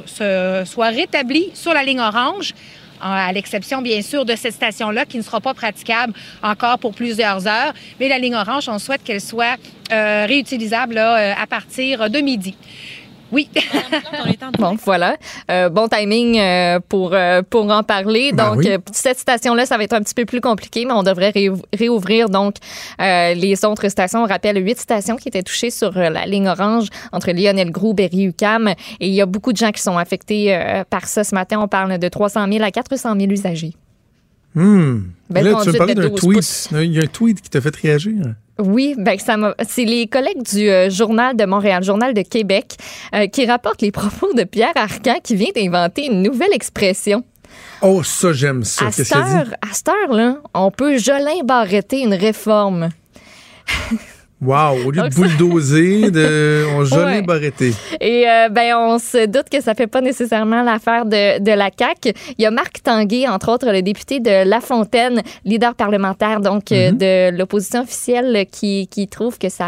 soit rétabli sur la ligne orange, à l'exception, bien sûr, de cette station-là qui ne sera pas praticable encore pour plusieurs heures. Mais la ligne orange, on souhaite qu'elle soit réutilisable là, à partir de midi. Oui. Bon, voilà. Bon timing pour en parler. Donc, cette station-là, ça va être un petit peu plus compliqué, mais on devrait réouvrir donc les autres stations. On rappelle 8 stations qui étaient touchées sur la ligne orange entre Lionel-Groulx, Berry-UQAM. Et il y a beaucoup de gens qui sont affectés par ça. Ce matin, on parle de 300 000 à 400 000 usagers. Là, tu me parlais d'un tweet. Il y a un tweet qui t'a fait réagir. Oui, c'est les collègues du Journal de Montréal, Journal de Québec, qui rapportent les propos de Pierre Arcan qui vient d'inventer une nouvelle expression. Oh, ça, j'aime ça. À cette heure-là, on peut Jolin Barretter une réforme. Wow, au lieu de bulldozer, on Jolin Barretter. Et on se doute que ça fait pas nécessairement l'affaire de la CAQ. Il y a Marc Tanguay, entre autres, le député de Lafontaine, leader parlementaire donc de l'opposition officielle, qui trouve que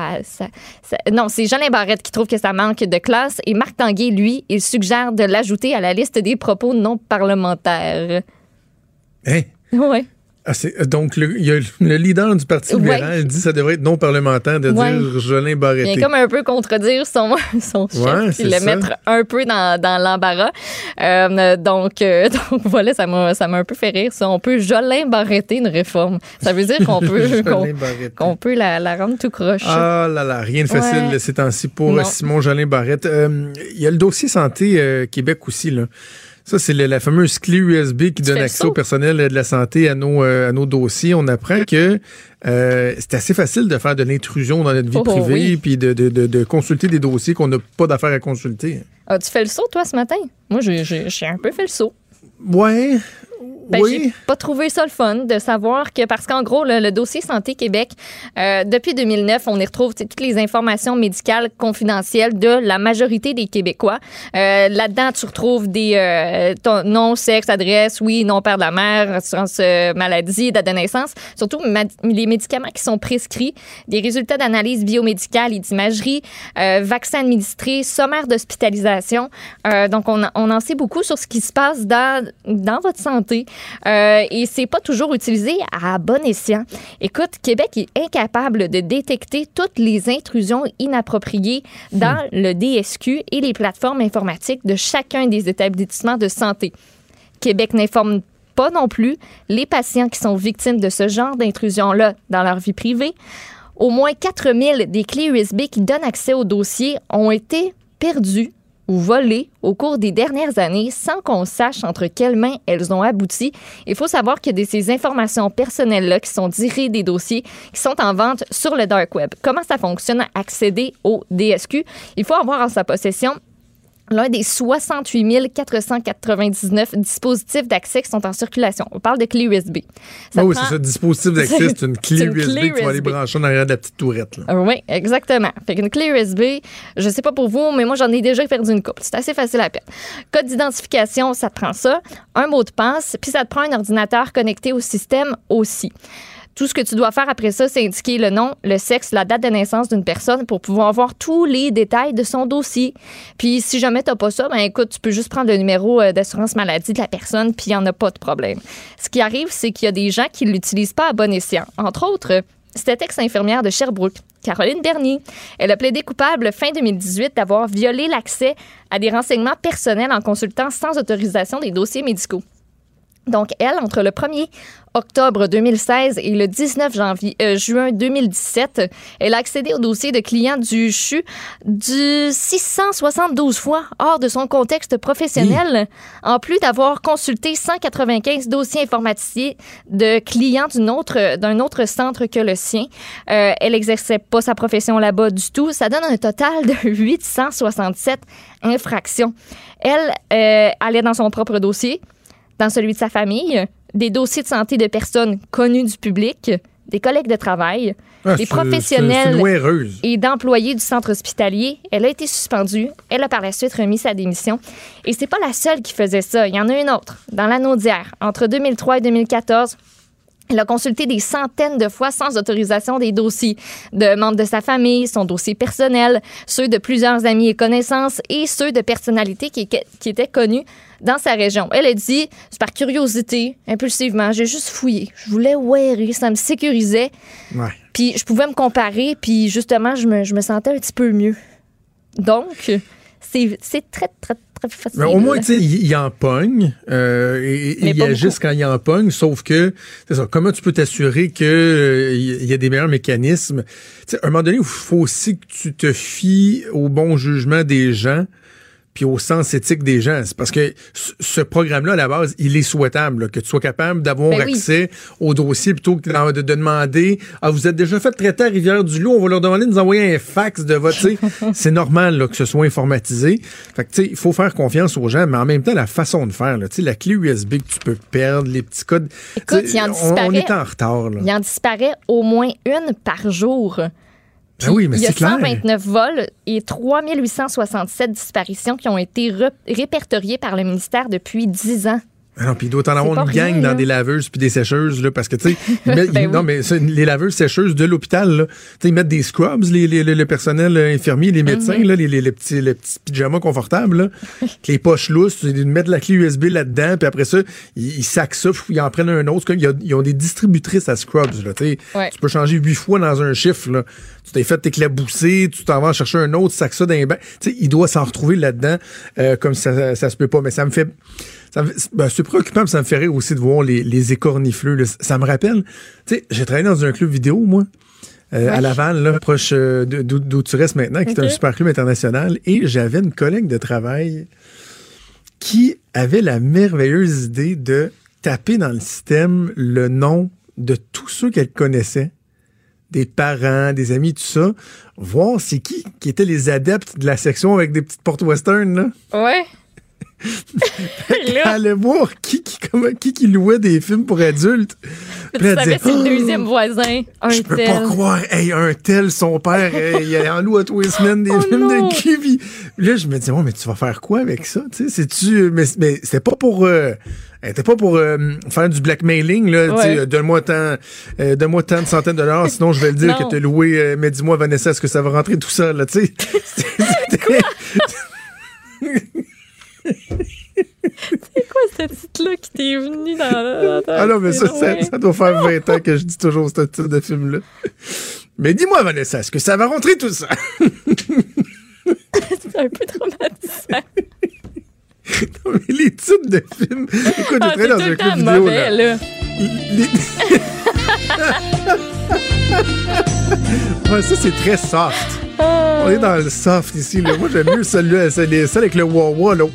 non, c'est Jolin Barrette qui trouve que ça manque de classe. Et Marc Tanguay, lui, il suggère de l'ajouter à la liste des propos non parlementaires. Hein? Oui. Donc, il y a le leader du Parti libéral dit que ça devrait être non parlementaire de dire Jolin Barretter. Il vient comme un peu contredire son chef, puis le mettre un peu dans l'embarras. Donc, voilà, ça m'a un peu fait rire. Ça. On peut Jolin Barretter une réforme. Ça veut dire qu'on peut la rendre tout croche. Ah là là, rien de facile ces temps-ci pour Simon Jolin Barrette. Il y a le dossier santé Québec aussi, là. Ça, c'est la fameuse clé USB qui donne accès au personnel de la santé à nos dossiers. On apprend que c'est assez facile de faire de l'intrusion dans notre vie privée puis de consulter des dossiers qu'on n'a pas d'affaires à consulter. Tu fais le saut, toi, ce matin? Moi, j'ai un peu fait le saut. Ouais. J'ai pas trouvé ça le fun de savoir que, parce qu'en gros, le dossier Santé Québec, depuis 2009, on y retrouve toutes les informations médicales confidentielles de la majorité des Québécois. Là-dedans, tu retrouves ton nom, sexe, adresse, nom, père de la mère, assurance maladie, date de naissance, surtout les médicaments qui sont prescrits, des résultats d'analyse biomédicale et d'imagerie, vaccins administrés, sommaire d'hospitalisation. Donc, on en sait beaucoup sur ce qui se passe dans votre santé. Et c'est pas toujours utilisé à bon escient. Écoute, Québec est incapable de détecter toutes les intrusions inappropriées dans le DSQ et les plateformes informatiques de chacun des établissements de santé. Québec n'informe pas non plus les patients qui sont victimes de ce genre d'intrusion-là dans leur vie privée. Au moins 4000 des clés USB qui donnent accès au dossier ont été perdues ou volées au cours des dernières années sans qu'on sache entre quelles mains elles ont abouti. Il faut savoir qu'il y a ces informations personnelles-là qui sont tirées des dossiers qui sont en vente sur le dark web. Comment ça fonctionne, accéder au DSQ? Il faut avoir en sa possession l'un des 68 499 dispositifs d'accès qui sont en circulation. On parle de clé USB. Oui, c'est ça. Dispositif d'accès, c'est une clé USB que tu vas aller brancher en arrière de la petite tourette. Là. Oui, exactement. Fait qu'une clé USB, je sais pas pour vous, mais moi, j'en ai déjà perdu une couple. C'est assez facile à perdre. Code d'identification, ça te prend ça. Un mot de passe, puis ça te prend un ordinateur connecté au système aussi. Tout ce que tu dois faire après ça, c'est indiquer le nom, le sexe, la date de naissance d'une personne pour pouvoir voir tous les détails de son dossier. Puis si jamais tu n'as pas ça, ben écoute, tu peux juste prendre le numéro d'assurance maladie de la personne, puis il n'y en a pas de problème. Ce qui arrive, c'est qu'il y a des gens qui ne l'utilisent pas à bon escient. Entre autres, cette ex-infirmière de Sherbrooke, Caroline Bernier. Elle a plaidé coupable fin 2018 d'avoir violé l'accès à des renseignements personnels en consultant sans autorisation des dossiers médicaux. Donc, elle, entre le 1er octobre 2016 et le 19 juin 2017, elle a accédé au dossier de clients du CHU du 672 fois hors de son contexte professionnel, en plus d'avoir consulté 195 dossiers informaticiens de clients d'un autre centre que le sien. Elle n'exerçait pas sa profession là-bas du tout. Ça donne un total de 867 infractions. Elle allait dans son propre dossier, dans celui de sa famille, des dossiers de santé de personnes connues du public, des collègues de travail, des professionnels et d'employés du centre hospitalier. Elle a été suspendue. Elle a par la suite remis sa démission. Et c'est pas la seule qui faisait ça. Il y en a une autre, dans la Naudière. Entre 2003 et 2014, elle a consulté des centaines de fois sans autorisation des dossiers de membres de sa famille, son dossier personnel, ceux de plusieurs amis et connaissances et ceux de personnalités qui étaient connues dans sa région. Elle a dit, c'est par curiosité, impulsivement, j'ai juste fouillé. Je voulais wearer, ça me sécurisait. Ouais. Puis je pouvais me comparer, puis justement, je me sentais un petit peu mieux. Donc, c'est très, très, très facile. Mais au moins, tu sais, il en pogne. Il agisse quand il en pogne, sauf que, c'est ça, comment tu peux t'assurer qu'il y a des meilleurs mécanismes? Tu sais, à un moment donné, il faut aussi que tu te fies au bon jugement des gens puis au sens éthique des gens. C'est parce que ce programme-là, à la base, il est souhaitable, là, que tu sois capable d'avoir accès au dossier plutôt que de demander « Ah, vous êtes déjà fait traiter à Rivière-du-Loup, on va leur demander de nous envoyer un fax de votre... » C'est normal là, que ce soit informatisé. Fait que, tu sais, il faut faire confiance aux gens, mais en même temps, la façon de faire, là, tu sais, la clé USB que tu peux perdre, les petits codes... Écoute, il en disparaît... On est en retard, là. Il en disparaît au moins une par jour. Ben oui, mais c'est clair. Il y a 129 vols et 3867 disparitions qui ont été répertoriées par le ministère depuis 10 ans. Ah non, puis il doit en avoir une gang dans des laveuses puis des sécheuses, là, parce que, tu sais, non, mais les laveuses sécheuses de l'hôpital, là, tu sais, ils mettent des scrubs, le personnel infirmier, les médecins, là, les petits pyjamas confortables, là, les poches lousses, ils mettent la clé USB là-dedans, puis après ça, ils saquent ça, puis ils en prennent un autre. Ils ont des distributrices à scrubs, là, tu sais. Tu peux changer 8 fois dans un chiffre, là. Tu t'es fait t'éclabousser, tu t'en vas chercher un autre, sac ça dans les bains. Tu sais, il doit s'en retrouver là-dedans, comme ça se peut pas. Mais ça me fait... c'est préoccupant, ça me fait rire aussi de voir les écornifleux. Là. Ça me rappelle, tu sais, j'ai travaillé dans un club vidéo, moi, à Laval, là, proche d'où tu restes maintenant, qui est un super club international, et j'avais une collègue de travail qui avait la merveilleuse idée de taper dans le système le nom de tous ceux qu'elle connaissait, des parents, des amis, tout ça, voir c'est qui étaient les adeptes de la section avec des petites portes western, là. Ouais. Elle allait voir qui louait des films pour adultes. Tu savais c'est le deuxième voisin, je peux pas croire, un tel, son père, il en loue à tous les semaines des films de cul. Là, je me dis, mais tu vas faire quoi avec ça? Tu sais, mais c'était pas pour... T'es pas pour faire du blackmailing, là. Donne-moi tant de centaines de dollars, sinon je vais le dire que t'as loué. Mais dis-moi, Vanessa, est-ce que ça va rentrer tout ça, là, tu sais? C'est quoi ce titre-là qui t'est venu dans Ah non, mais ça doit faire 20 ans que je dis toujours ce type de film-là. Mais dis-moi, Vanessa, est-ce que ça va rentrer tout ça? C'est un peu traumatisant. Non, mais les types de films... Écoute, je travaille dans un club vidéo, mauvais, là. Ouais, ça, c'est très soft. On est dans le soft ici, là. Moi, j'aime mieux celui-là, celle avec le wah-wah, là.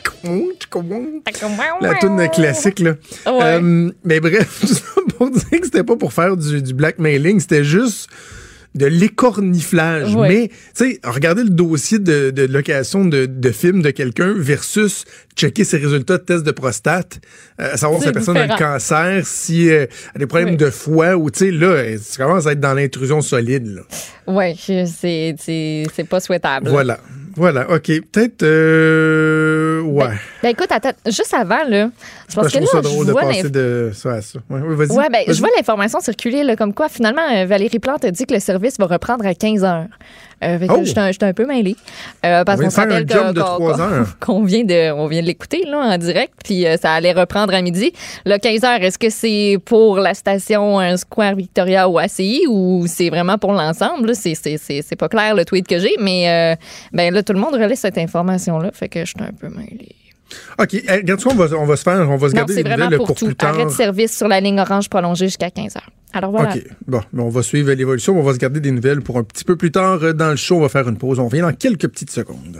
La toune classique, là. Ouais. Mais bref, tout ça pour dire que c'était pas pour faire du blackmailing, c'était juste de l'écorniflage. Ouais. Mais, tu sais, regardez le dossier de location de film de quelqu'un versus checker ses résultats de tests de prostate, savoir si la personne a le cancer, si elle a des problèmes de foie, ou, tu sais, là, tu commences à être dans l'intrusion solide, là. Oui, c'est pas souhaitable. Voilà, OK. Peut-être, Ouais. Ben écoute, attends, juste avant, là, je trouve ça drôle de passer de ça à ça. Ouais, vas-y. Ouais, ben, je vois l'information circuler, là, comme quoi, finalement, Valérie Plante a dit que le service va reprendre à 15 heures. J'étais un peu mêlée. Parce qu'on se rappelle qu'on vient de l'écouter là, en direct, puis ça allait reprendre à midi. Là, 15 heures, est-ce que c'est pour la station Square Victoria ou ACI ou c'est vraiment pour l'ensemble? Là? C'est pas clair le tweet que j'ai, mais ben là, tout le monde relaie cette information-là, fait que j'étais un peu mêlée. OK. Regarde ce qu'on va se garder des nouvelles pour plus tard. Arrêt de service sur la ligne orange prolongée jusqu'à 15 heures. Alors voilà. OK. Bon, on va suivre l'évolution. On va se garder des nouvelles pour un petit peu plus tard dans le show. On va faire une pause. On revient dans quelques petites secondes.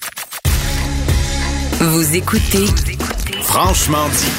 Vous écoutez Franchement dit.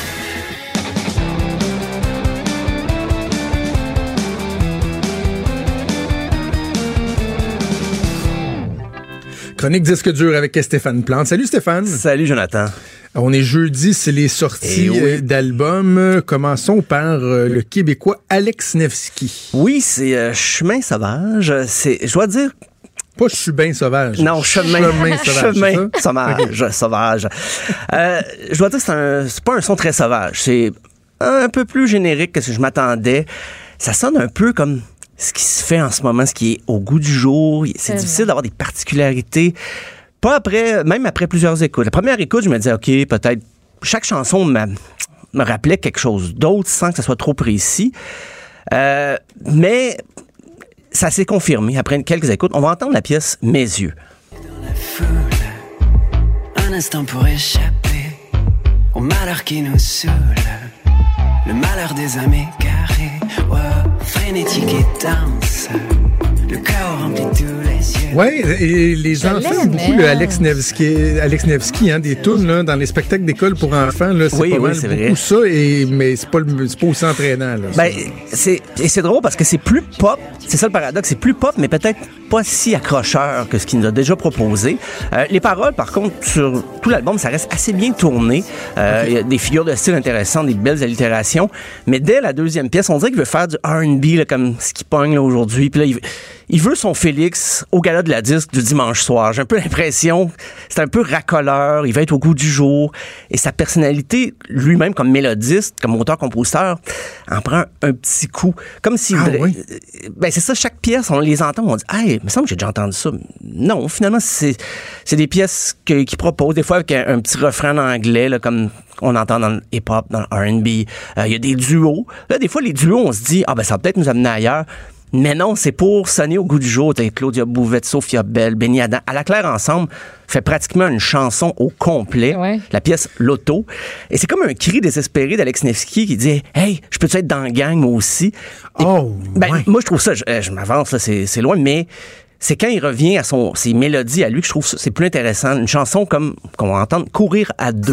Chronique disque dur avec Stéphane Plante. Salut Stéphane. Salut Jonathan. On est jeudi, c'est les sorties d'albums. Commençons par le Québécois Alex Nevsky. Oui, c'est Chemin sauvage. Je dois dire... Pas Je suis bien sauvage. Non, Chemin sauvage. Chemin sauvage. Okay. Sauvage. Je dois dire que c'est pas un son très sauvage. C'est un peu plus générique que ce que je m'attendais. Ça sonne un peu comme... ce qui se fait en ce moment, ce qui est au goût du jour. C'est difficile d'avoir des particularités. Même après plusieurs écoutes. La première écoute, je me disais, OK, peut-être, chaque chanson me rappelait quelque chose d'autre sans que ça soit trop précis. Mais ça s'est confirmé après quelques écoutes. On va entendre la pièce « Mes yeux ». Dans la foule, un instant pour échapper au malheur qui nous saoule. Le malheur des âmes égarées, frénétique et dense, le cœur rempli tous les yeux. Oui, et les enfants aiment beaucoup le Alex Nevsky, hein, des tunes là, dans les spectacles d'école pour enfants. Là, c'est pas mal c'est beaucoup vrai. Ça, mais c'est pas aussi entraînant. Là, ben, c'est drôle parce que c'est plus pop, c'est ça le paradoxe, c'est plus pop, mais peut-être pas si accrocheur que ce qu'il nous a déjà proposé. Les paroles, par contre, sur tout l'album, ça reste assez bien tourné. Il y a des figures de style intéressantes, des belles allitérations, mais dès la deuxième pièce, on dirait qu'il veut faire du R&B là, comme ce qui pogne là, aujourd'hui. Puis là, il veut son Félix au gala de la disque du dimanche soir. J'ai un peu l'impression, c'est un peu racoleur, il va être au goût du jour. Et sa personnalité, lui-même comme mélodiste, comme auteur-compositeur, en prend un petit coup. Comme s'il oui. Ben c'est ça, chaque pièce, on les entend, on dit « Hey, il me semble que j'ai déjà entendu ça. » Non, finalement, c'est des pièces qu'il propose, des fois avec un petit refrain en anglais, là, comme on entend dans le hip-hop, dans le R&B. Il y a des duos. Là, des fois, les duos, on se dit « Ah, ben ça va peut-être nous amener ailleurs. » Mais non, c'est pour sonner au goût du jour. T'as Claudia Bouvette, Sophia Bell, Benny Adam. À la claire ensemble, fait pratiquement une chanson au complet. Ouais. La pièce Loto. Et c'est comme un cri désespéré d'Alex Nevsky qui dit « Hey, je peux-tu être dans la gang, moi aussi? » Moi, je trouve ça, je m'avance, là, c'est loin, mais c'est quand il revient à ses mélodies à lui que je trouve ça, c'est plus intéressant. Une chanson comme qu'on va entendre « Courir à deux ».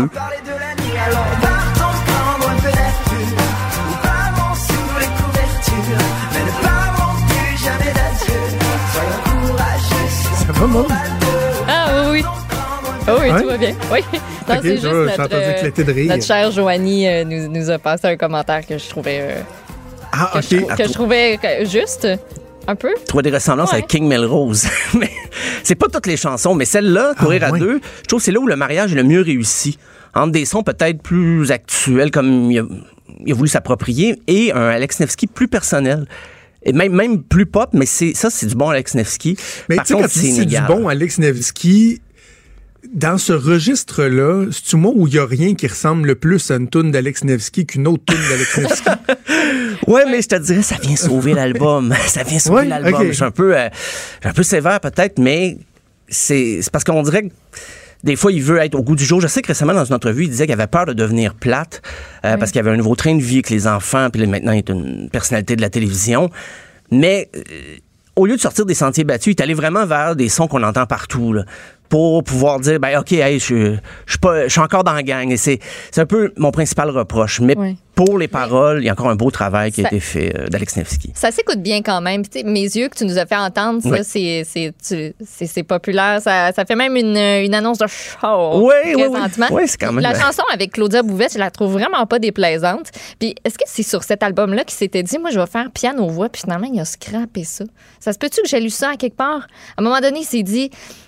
Ah oui. Oh oui, tout va bien. Oui. Non, okay, c'est juste notre chère Joanie nous a passé un commentaire que je trouvais je trouvais juste un peu. Je trouvais des ressemblances avec King Melrose. Mais c'est pas toutes les chansons, mais celle-là, Courir à deux, je trouve que c'est là où le mariage est le mieux réussi. Entre des sons peut-être plus actuels, comme il a voulu s'approprier, et un Alex Nevsky plus personnel. Et même plus pop, mais c'est du bon Alex Nevsky. Mais tu sais, quand tu dis c'est du bon Alex Nevsky, dans ce registre-là, c'est-tu moi où il n'y a rien qui ressemble le plus à une toune d'Alex Nevsky qu'une autre toune d'Alex Nevsky? Ouais, mais je te dirais, ça vient sauver l'album. Ça vient sauver l'album. Okay. Je suis un peu sévère peut-être, mais c'est parce qu'on dirait que des fois, il veut être au goût du jour. Je sais que récemment, dans une entrevue, il disait qu'il avait peur de devenir plate parce qu'il avait un nouveau train de vie avec les enfants, puis là, maintenant, il est une personnalité de la télévision. Mais au lieu de sortir des sentiers battus, il est allé vraiment vers des sons qu'on entend partout, là, pour pouvoir dire, ben OK, hey, je suis encore dans la gang. Et c'est un peu mon principal reproche. Mais pour les paroles, il y a encore un beau travail qui a été fait d'Alex Nevsky. Ça s'écoute bien quand même. Puis, Mes yeux que tu nous as fait entendre, ça, c'est populaire. Ça fait même une annonce de show. Oui, c'est quand même. La chanson avec Claudia Bouvette, je la trouve vraiment pas déplaisante. Puis est-ce que c'est sur cet album-là qu'il s'était dit, moi, je vais faire piano-voix, puis finalement, il a scrappé ça? Ça se peut-tu que j'ai lu ça à quelque part? À un moment donné, il s'est dit...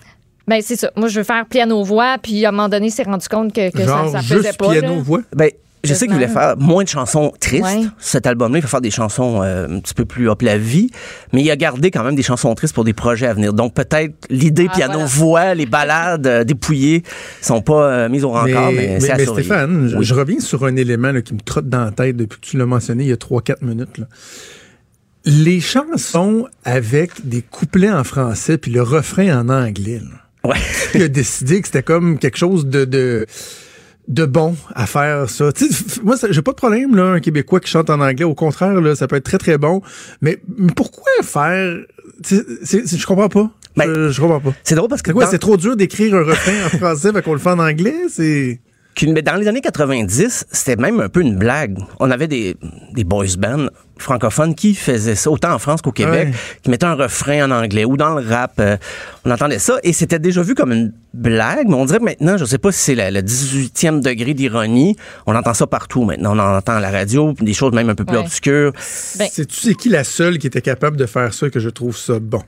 Ben, c'est ça. Moi, je veux faire piano-voix, puis à un moment donné, il s'est rendu compte que ça faisait pas. Piano-voix? Ben, je sais qu'il voulait faire moins de chansons tristes. Ouais. Cet album-là, il va faire des chansons un petit peu plus up la vie, mais il a gardé quand même des chansons tristes pour des projets à venir. Donc peut-être l'idée piano-voix, les ballades dépouillées sont pas mises au rencard, mais c'est à surveiller. Stéphane, je reviens sur un élément là, qui me trotte dans la tête depuis que tu l'as mentionné il y a 3-4 minutes. Là. Les chansons avec des couplets en français puis le refrain en anglais. Là. Ouais. Il a décidé que c'était comme quelque chose de bon à faire ça. T'sais, moi, j'ai pas de problème, là, un Québécois qui chante en anglais. Au contraire, là, ça peut être très, très bon. Mais pourquoi faire... je comprends pas. Je comprends pas. C'est drôle parce que... C'est trop dur d'écrire un refrain en français, fait qu'on le fait en anglais? Mais dans les années 90, c'était même un peu une blague. On avait des boys bands francophones qui faisaient ça, autant en France qu'au Québec, qui mettaient un refrain en anglais ou dans le rap. On entendait ça et c'était déjà vu comme une blague, mais on dirait que maintenant, je sais pas si c'est le 18e degré d'ironie, on entend ça partout maintenant. On en entend à la radio, des choses même un peu plus obscures. C'est qui la seule qui était capable de faire ça que je trouve ça bon?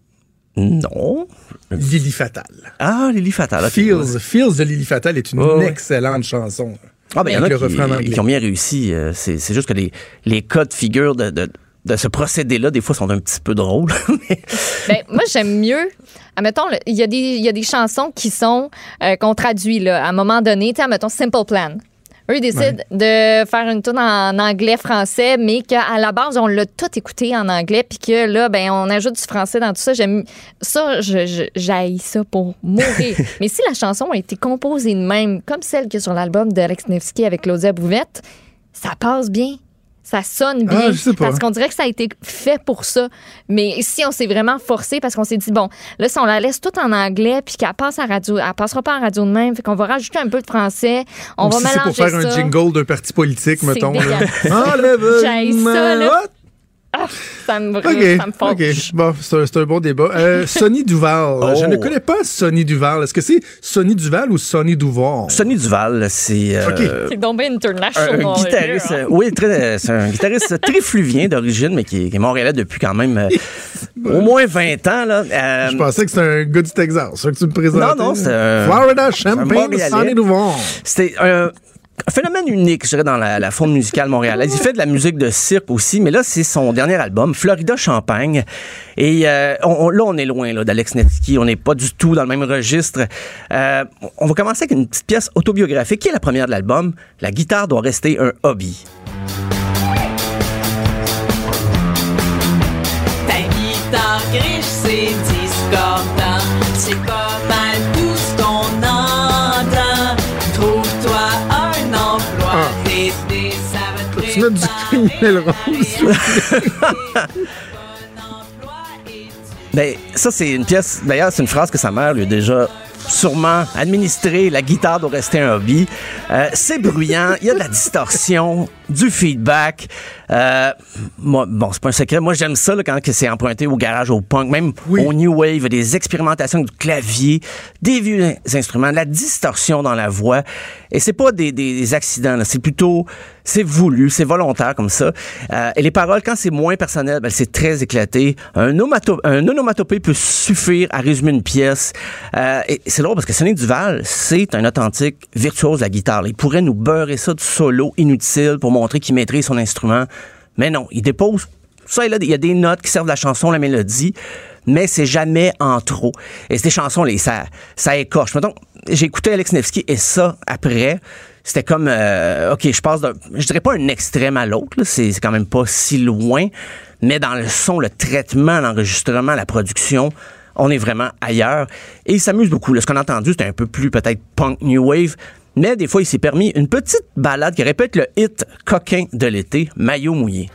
Non. Lily Fatal. Ah, Lily Fatal. Okay. Feels de Lily Fatal est une excellente chanson. Ah, ben, il y en a qui ont bien réussi. C'est juste que les cas de figure de ce procédé-là, des fois, sont un petit peu drôles. Moi, j'aime mieux. Admettons, il y a des chansons qui sont qu'on traduit là, à un moment donné. Admettons, Simple Plan. Eux, ils décident de faire une tune en anglais-français, mais qu'à la base, on l'a tout écouté en anglais, puis que là, on ajoute du français dans tout ça. J'haïs ça pour mourir. Mais si la chanson a été composée de même, comme celle qu'il y a sur l'album d'Alex Nevsky avec Claudia Bouvette, ça passe bien. Ça sonne bien, parce qu'on dirait que ça a été fait pour ça. Mais si on s'est vraiment forcé, parce qu'on s'est dit, bon, là, si on la laisse toute en anglais, puis qu'elle passe à radio, elle passera pas en radio de même, fait qu'on va rajouter un peu de français, on va mélanger ça. C'est pour faire un jingle d'un parti politique, mettons. J'ai ça, là. Ah, ça me fâche. OK. Bon, c'est un bon débat. Sonny Duval. Je ne connais pas Sonny Duval. Est-ce que c'est Sonny Duval ou Sonny Duval? Sonny Duval, c'est... C'est donc bien international. Un guitariste, c'est un guitariste très fluvien d'origine, mais qui est montréalais depuis quand même au moins 20 ans. Là. Je pensais que c'était un gars du Texas, ça que tu me présentais. Non, c'est Florida Champagne Sonny Duval. C'était un phénomène unique, je dirais, dans la forme musicale montréalaise. Il fait de la musique de cirque aussi, mais là, c'est son dernier album, Florida Champagne. Et on est loin là, d'Alex Nevsky. On n'est pas du tout dans le même registre. On va commencer avec une petite pièce autobiographique qui est la première de l'album. La guitare doit rester un hobby. Ta guitare griche, c'est discordant. C'est pas mal tout ce qu'on entend. Trouve-toi un emploi d'été, ça va te tu mets du criminel rose. Ben, ça, c'est une pièce... D'ailleurs, c'est une phrase que sa mère lui a déjà sûrement administré. La guitare doit rester un hobby. C'est bruyant, il y a de la distorsion, du feedback. Bon, c'est pas un secret. Moi, j'aime ça là, quand c'est emprunté au garage, au punk, même au new wave, des expérimentations avec du clavier, des vieux instruments, de la distorsion dans la voix. Et c'est pas des accidents, là. C'est plutôt... C'est voulu, c'est volontaire comme ça. Et les paroles, quand c'est moins personnel, c'est très éclaté. Un onomatopée peut suffire à résumer une pièce. Et c'est drôle parce que Sonny Duval, c'est un authentique virtuose de la guitare. Il pourrait nous beurrer ça de solo inutile pour montrer qu'il maîtrise son instrument. Mais non, il dépose ça et là. Il y a des notes qui servent la chanson, la mélodie, mais c'est jamais en trop. Et ces chansons, ça écorche. Mettons, j'ai écouté Alex Nevsky et ça, après... C'était comme, OK, je passe je dirais pas un extrême à l'autre, là, c'est quand même pas si loin, mais dans le son, le traitement, l'enregistrement, la production, on est vraiment ailleurs. Et il s'amuse beaucoup. Là. Ce qu'on a entendu, c'était un peu plus peut-être punk new wave, mais des fois, il s'est permis une petite balade qui répète le hit coquin de l'été, Maillot mouillé.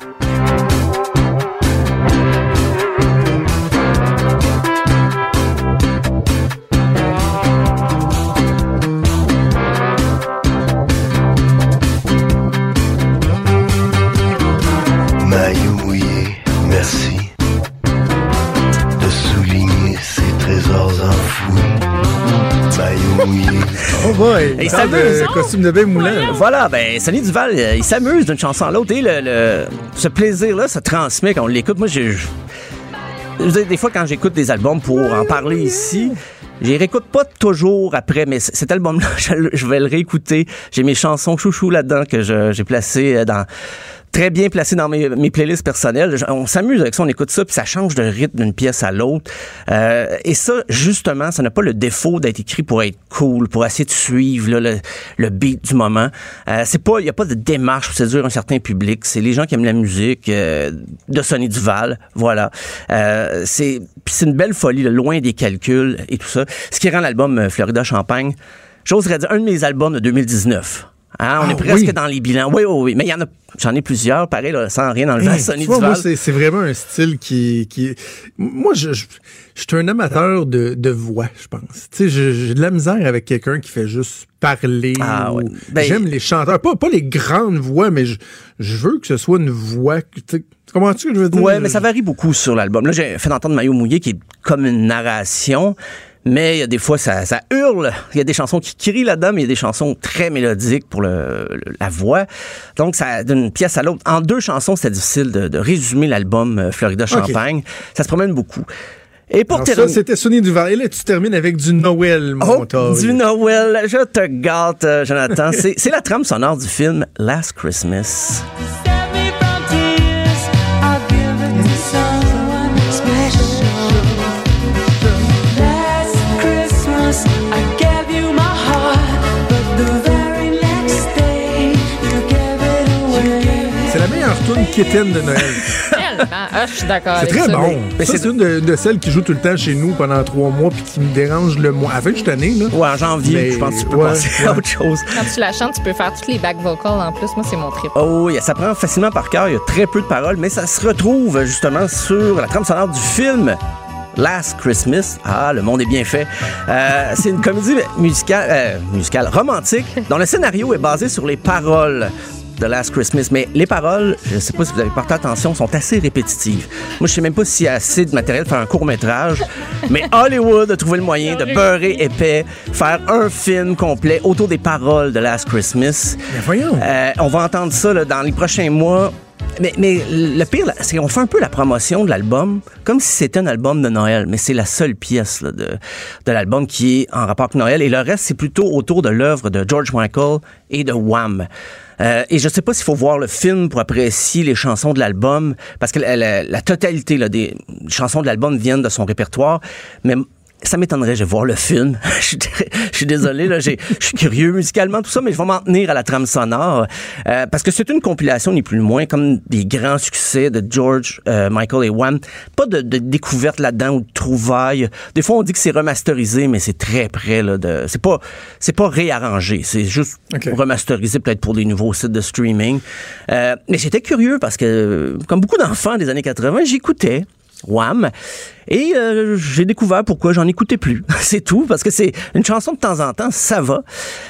Maillot mouillé, merci de souligner ces trésors enfouis. Maillot mouillé. Oh boy! Il s'amuse. Costume de bain moulant. Voilà, ben, Sonny Duval, il s'amuse d'une chanson à l'autre et ce plaisir-là se transmet quand on l'écoute. Moi, je veux dire, des fois, quand j'écoute des albums pour en parler ici, je les réécoute pas toujours après, mais cet album-là, je vais le réécouter. J'ai mes chansons chouchou là-dedans que j'ai placées très bien placé dans mes playlists personnelles. On s'amuse avec ça, on écoute ça, puis ça change de rythme d'une pièce à l'autre. Et ça, justement, ça n'a pas le défaut d'être écrit pour être cool, pour essayer de suivre là, le beat du moment. Il y a pas de démarche pour séduire un certain public. C'est les gens qui aiment la musique de Sonny Duval, voilà. C'est une belle folie, là, loin des calculs et tout ça. Ce qui rend l'album Florida Champagne, j'oserais dire, un de mes albums de 2019. On est presque dans les bilans. Oui. Mais j'en ai plusieurs, pareil, là, sans rien enlever à Sonny Duval. Moi, c'est vraiment un style qui... Moi, je suis un amateur de voix, je pense. Tu sais, j'ai de la misère avec quelqu'un qui fait juste parler. J'aime les chanteurs. Pas les grandes voix, mais je veux que ce soit une voix... Comment tu veux que je veux dire? Ouais, mais ça varie beaucoup sur l'album. Là, j'ai fait entendre Maillot mouillé, qui est comme une narration. Mais il y a des fois, ça hurle. Il y a des chansons qui crient là-dedans, mais il y a des chansons très mélodiques pour la voix. Donc, ça d'une pièce à l'autre. En 2 chansons, c'était difficile de résumer l'album Florida Champagne. Okay. Ça se promène beaucoup. Et pour terminer... Ça, c'était Sonny Duval. Et là, tu termines avec du Noël, mon Tori. Du Noël. Je te gâte, Jonathan. C'est la trame sonore du film Last Christmas. Une quétaine de Noël. Je suis d'accord avec ça. C'est très bon. Mais c'est une de celles qui joue tout le temps chez nous pendant 3 mois puis qui me dérange le moins. À la fin de cette année, là. Ouais, en janvier, je pense que tu peux passer à autre chose. Quand tu la chantes, tu peux faire toutes les back vocals en plus. Moi, c'est mon trip. Oh, ça prend facilement par cœur. Il y a très peu de paroles, mais ça se retrouve justement sur la trame sonore du film Last Christmas. Le monde est bien fait. C'est une comédie musicale romantique dont le scénario est basé sur les paroles de Last Christmas, mais les paroles, je ne sais pas si vous avez porté attention, sont assez répétitives. Moi, je sais même pas s'il y a assez de matériel pour faire un court-métrage, mais Hollywood a trouvé le moyen de beurrer épais, faire un film complet autour des paroles de Last Christmas. Mais voyons! On va entendre ça là, dans les prochains mois. Mais le pire, c'est qu'on fait un peu la promotion de l'album comme si c'était un album de Noël, mais c'est la seule pièce là, de l'album qui est en rapport avec Noël, et le reste, c'est plutôt autour de l'œuvre de George Michael et de Wham! Et je sais pas s'il faut voir le film pour apprécier les chansons de l'album, parce que la totalité là, des chansons de l'album viennent de son répertoire, mais ça m'étonnerait, je vais voir le film. Je suis désolé, là, je suis curieux musicalement, tout ça, mais je vais m'en tenir à la trame sonore, parce que c'est une compilation, ni plus ni moins, comme des grands succès de George, Michael et Wham. Pas de découverte là-dedans ou de trouvailles. Des fois, on dit que c'est remasterisé, mais c'est très près, là, c'est pas réarrangé. C'est juste remasterisé peut-être pour des nouveaux sites de streaming. Mais j'étais curieux parce que, comme beaucoup d'enfants des années 80, j'écoutais Wham! Et j'ai découvert pourquoi j'en écoutais plus. C'est tout, parce que c'est une chanson de temps en temps, ça va.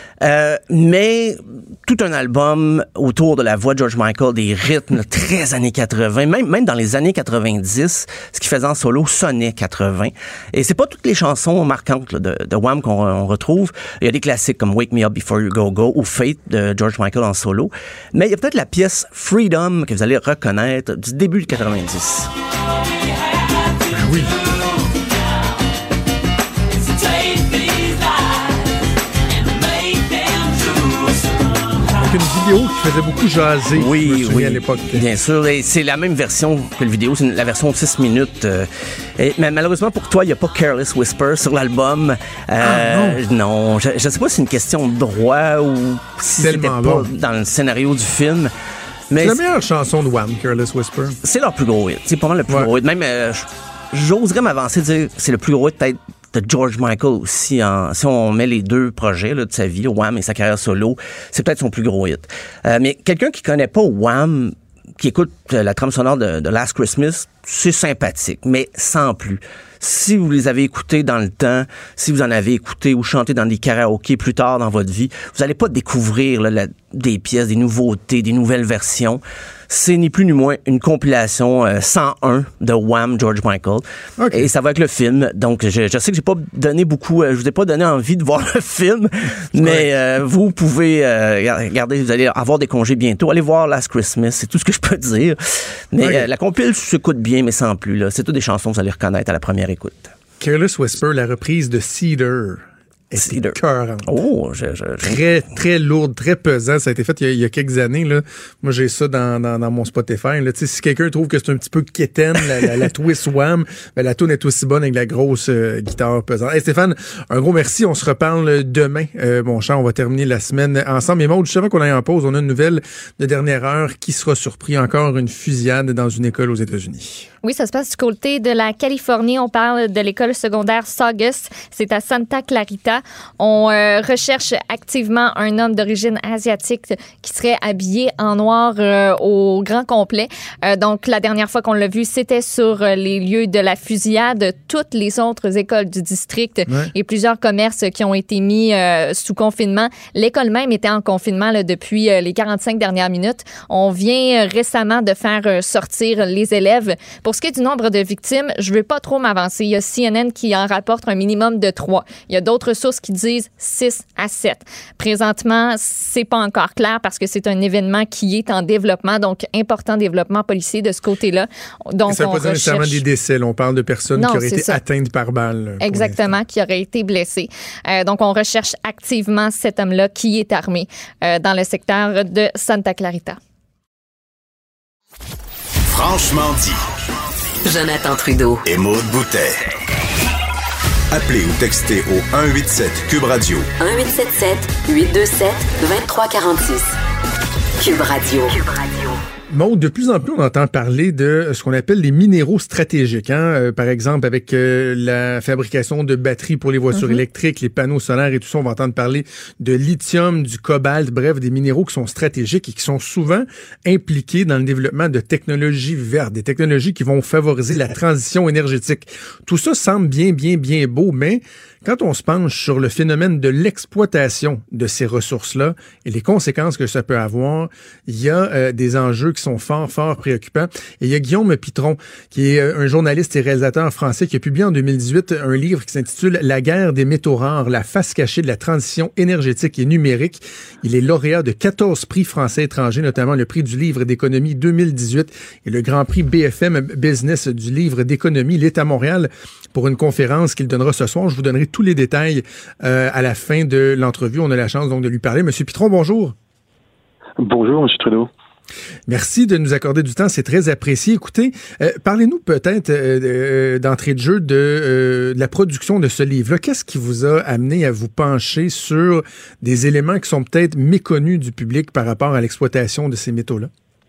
Mais tout un album autour de la voix de George Michael, des rythmes très années 80, même dans les années 90, ce qu'il faisait en solo sonnait 80. Et c'est pas toutes les chansons marquantes là, de Wham qu'on retrouve. Il y a des classiques comme Wake Me Up Before You Go Go ou Fate de George Michael en solo. Mais il y a peut-être la pièce Freedom que vous allez reconnaître du début de 90. Oui. Une vidéo qui faisait beaucoup jaser. Oui, à l'époque. Bien sûr. Et c'est la même version que le vidéo. C'est la version de 6 minutes. Mais malheureusement pour toi, il n'y a pas Careless Whisper sur l'album. Non. Je ne sais pas si c'est une question de droit ou si c'était pas dans le scénario du film. Mais c'est la meilleure chanson de Wham, Careless Whisper. C'est leur plus gros hit. C'est pas mal le plus gros hit. Même, j'oserais m'avancer de dire que c'est le plus gros hit peut-être de George Michael aussi. Si on met les 2 projets là, de sa vie, Wham et sa carrière solo, c'est peut-être son plus gros hit. Mais quelqu'un qui connaît pas Wham, qui écoute la trame sonore de Last Christmas, c'est sympathique, mais sans plus. Si vous les avez écoutés dans le temps, si vous en avez écouté ou chanté dans des karaokés plus tard dans votre vie, vous n'allez pas découvrir là, des pièces, des nouveautés, des nouvelles versions. C'est ni plus ni moins une compilation 101 de Wham! George Michael. Okay. Et ça va avec le film. Donc, je sais que j'ai pas donné beaucoup... je vous ai pas donné envie de voir le film, mais vous pouvez... regardez, vous allez avoir des congés bientôt. Allez voir Last Christmas, c'est tout ce que je peux dire. Mais la compile s'écoute bien. bien, mais sans plus. Là. C'est toutes des chansons que vous allez reconnaître à la première écoute. Careless Whisper, la reprise de Cedar. Cedar. Oh, très, très lourde, très pesant. Ça a été fait il y a quelques années. Là. Moi, j'ai ça dans mon Spotify. Là. Si quelqu'un trouve que c'est un petit peu quétaine, la twist wham, ben, la tune est aussi bonne avec la grosse guitare pesante. Hey, Stéphane, un gros merci. On se reparle demain. Mon cher, on va terminer la semaine ensemble. Et Maud, juste avant qu'on aille en pause, on a une nouvelle de dernière heure. Qui sera surpris? Encore une fusillade dans une école aux États-Unis. Oui, ça se passe du côté de la Californie. On parle de l'école secondaire Saugus. C'est à Santa Clarita. On recherche activement un homme d'origine asiatique qui serait habillé en noir au grand complet. Donc, la dernière fois qu'on l'a vu, c'était sur les lieux de la fusillade. Toutes les autres écoles du district et plusieurs commerces qui ont été mis sous confinement. L'école même était en confinement là, depuis les 45 dernières minutes. On vient récemment de faire sortir les élèves. Pour ce qui est du nombre de victimes, je ne veux pas trop m'avancer. Il y a CNN qui en rapporte un minimum de 3. Il y a d'autres sources qui disent 6 à 7. Présentement, c'est pas encore clair parce que c'est un événement qui est en développement, donc important développement policier de ce côté-là. Donc, ça ne veut pas dire nécessairement des décès. Là. On parle de personnes qui auraient été atteintes par balle. Exactement, qui auraient été blessées. Donc, on recherche activement cet homme-là qui est armé dans le secteur de Santa Clarita. Franchement dit. Jonathan Trudeau et Maude Boutet. Appelez ou textez au 187 Cube Radio. 1877-827-2346. Cube Radio. Maud, de plus en plus, on entend parler de ce qu'on appelle les minéraux stratégiques. Par exemple, avec la fabrication de batteries pour les voitures électriques, les panneaux solaires et tout ça, on va entendre parler de lithium, du cobalt, bref, des minéraux qui sont stratégiques et qui sont souvent impliqués dans le développement de technologies vertes, des technologies qui vont favoriser la transition énergétique. Tout ça semble bien beau, mais quand on se penche sur le phénomène de l'exploitation de ces ressources-là et les conséquences que ça peut avoir, il y a des enjeux qui sont fort préoccupants. Et il y a Guillaume Pitron, qui est un journaliste et réalisateur français qui a publié en 2018 un livre qui s'intitule « La guerre des métaux rares, la face cachée de la transition énergétique et numérique ». Il est lauréat de 14 prix français étrangers, notamment le prix du livre d'économie 2018 et le grand prix BFM Business du livre d'économie. Il est à Montréal pour une conférence qu'il donnera ce soir. Je vous donnerai tous les détails à la fin de l'entrevue. On a la chance donc de lui parler. Monsieur Pitron, bonjour. Bonjour, Monsieur Trudeau. Merci de nous accorder du temps, c'est très apprécié. Écoutez, parlez-nous peut-être d'entrée de jeu de la production de ce livre-là. Qu'est-ce qui vous a amené à vous pencher sur des éléments qui sont peut-être méconnus du public par rapport à l'exploitation de ces métaux-là?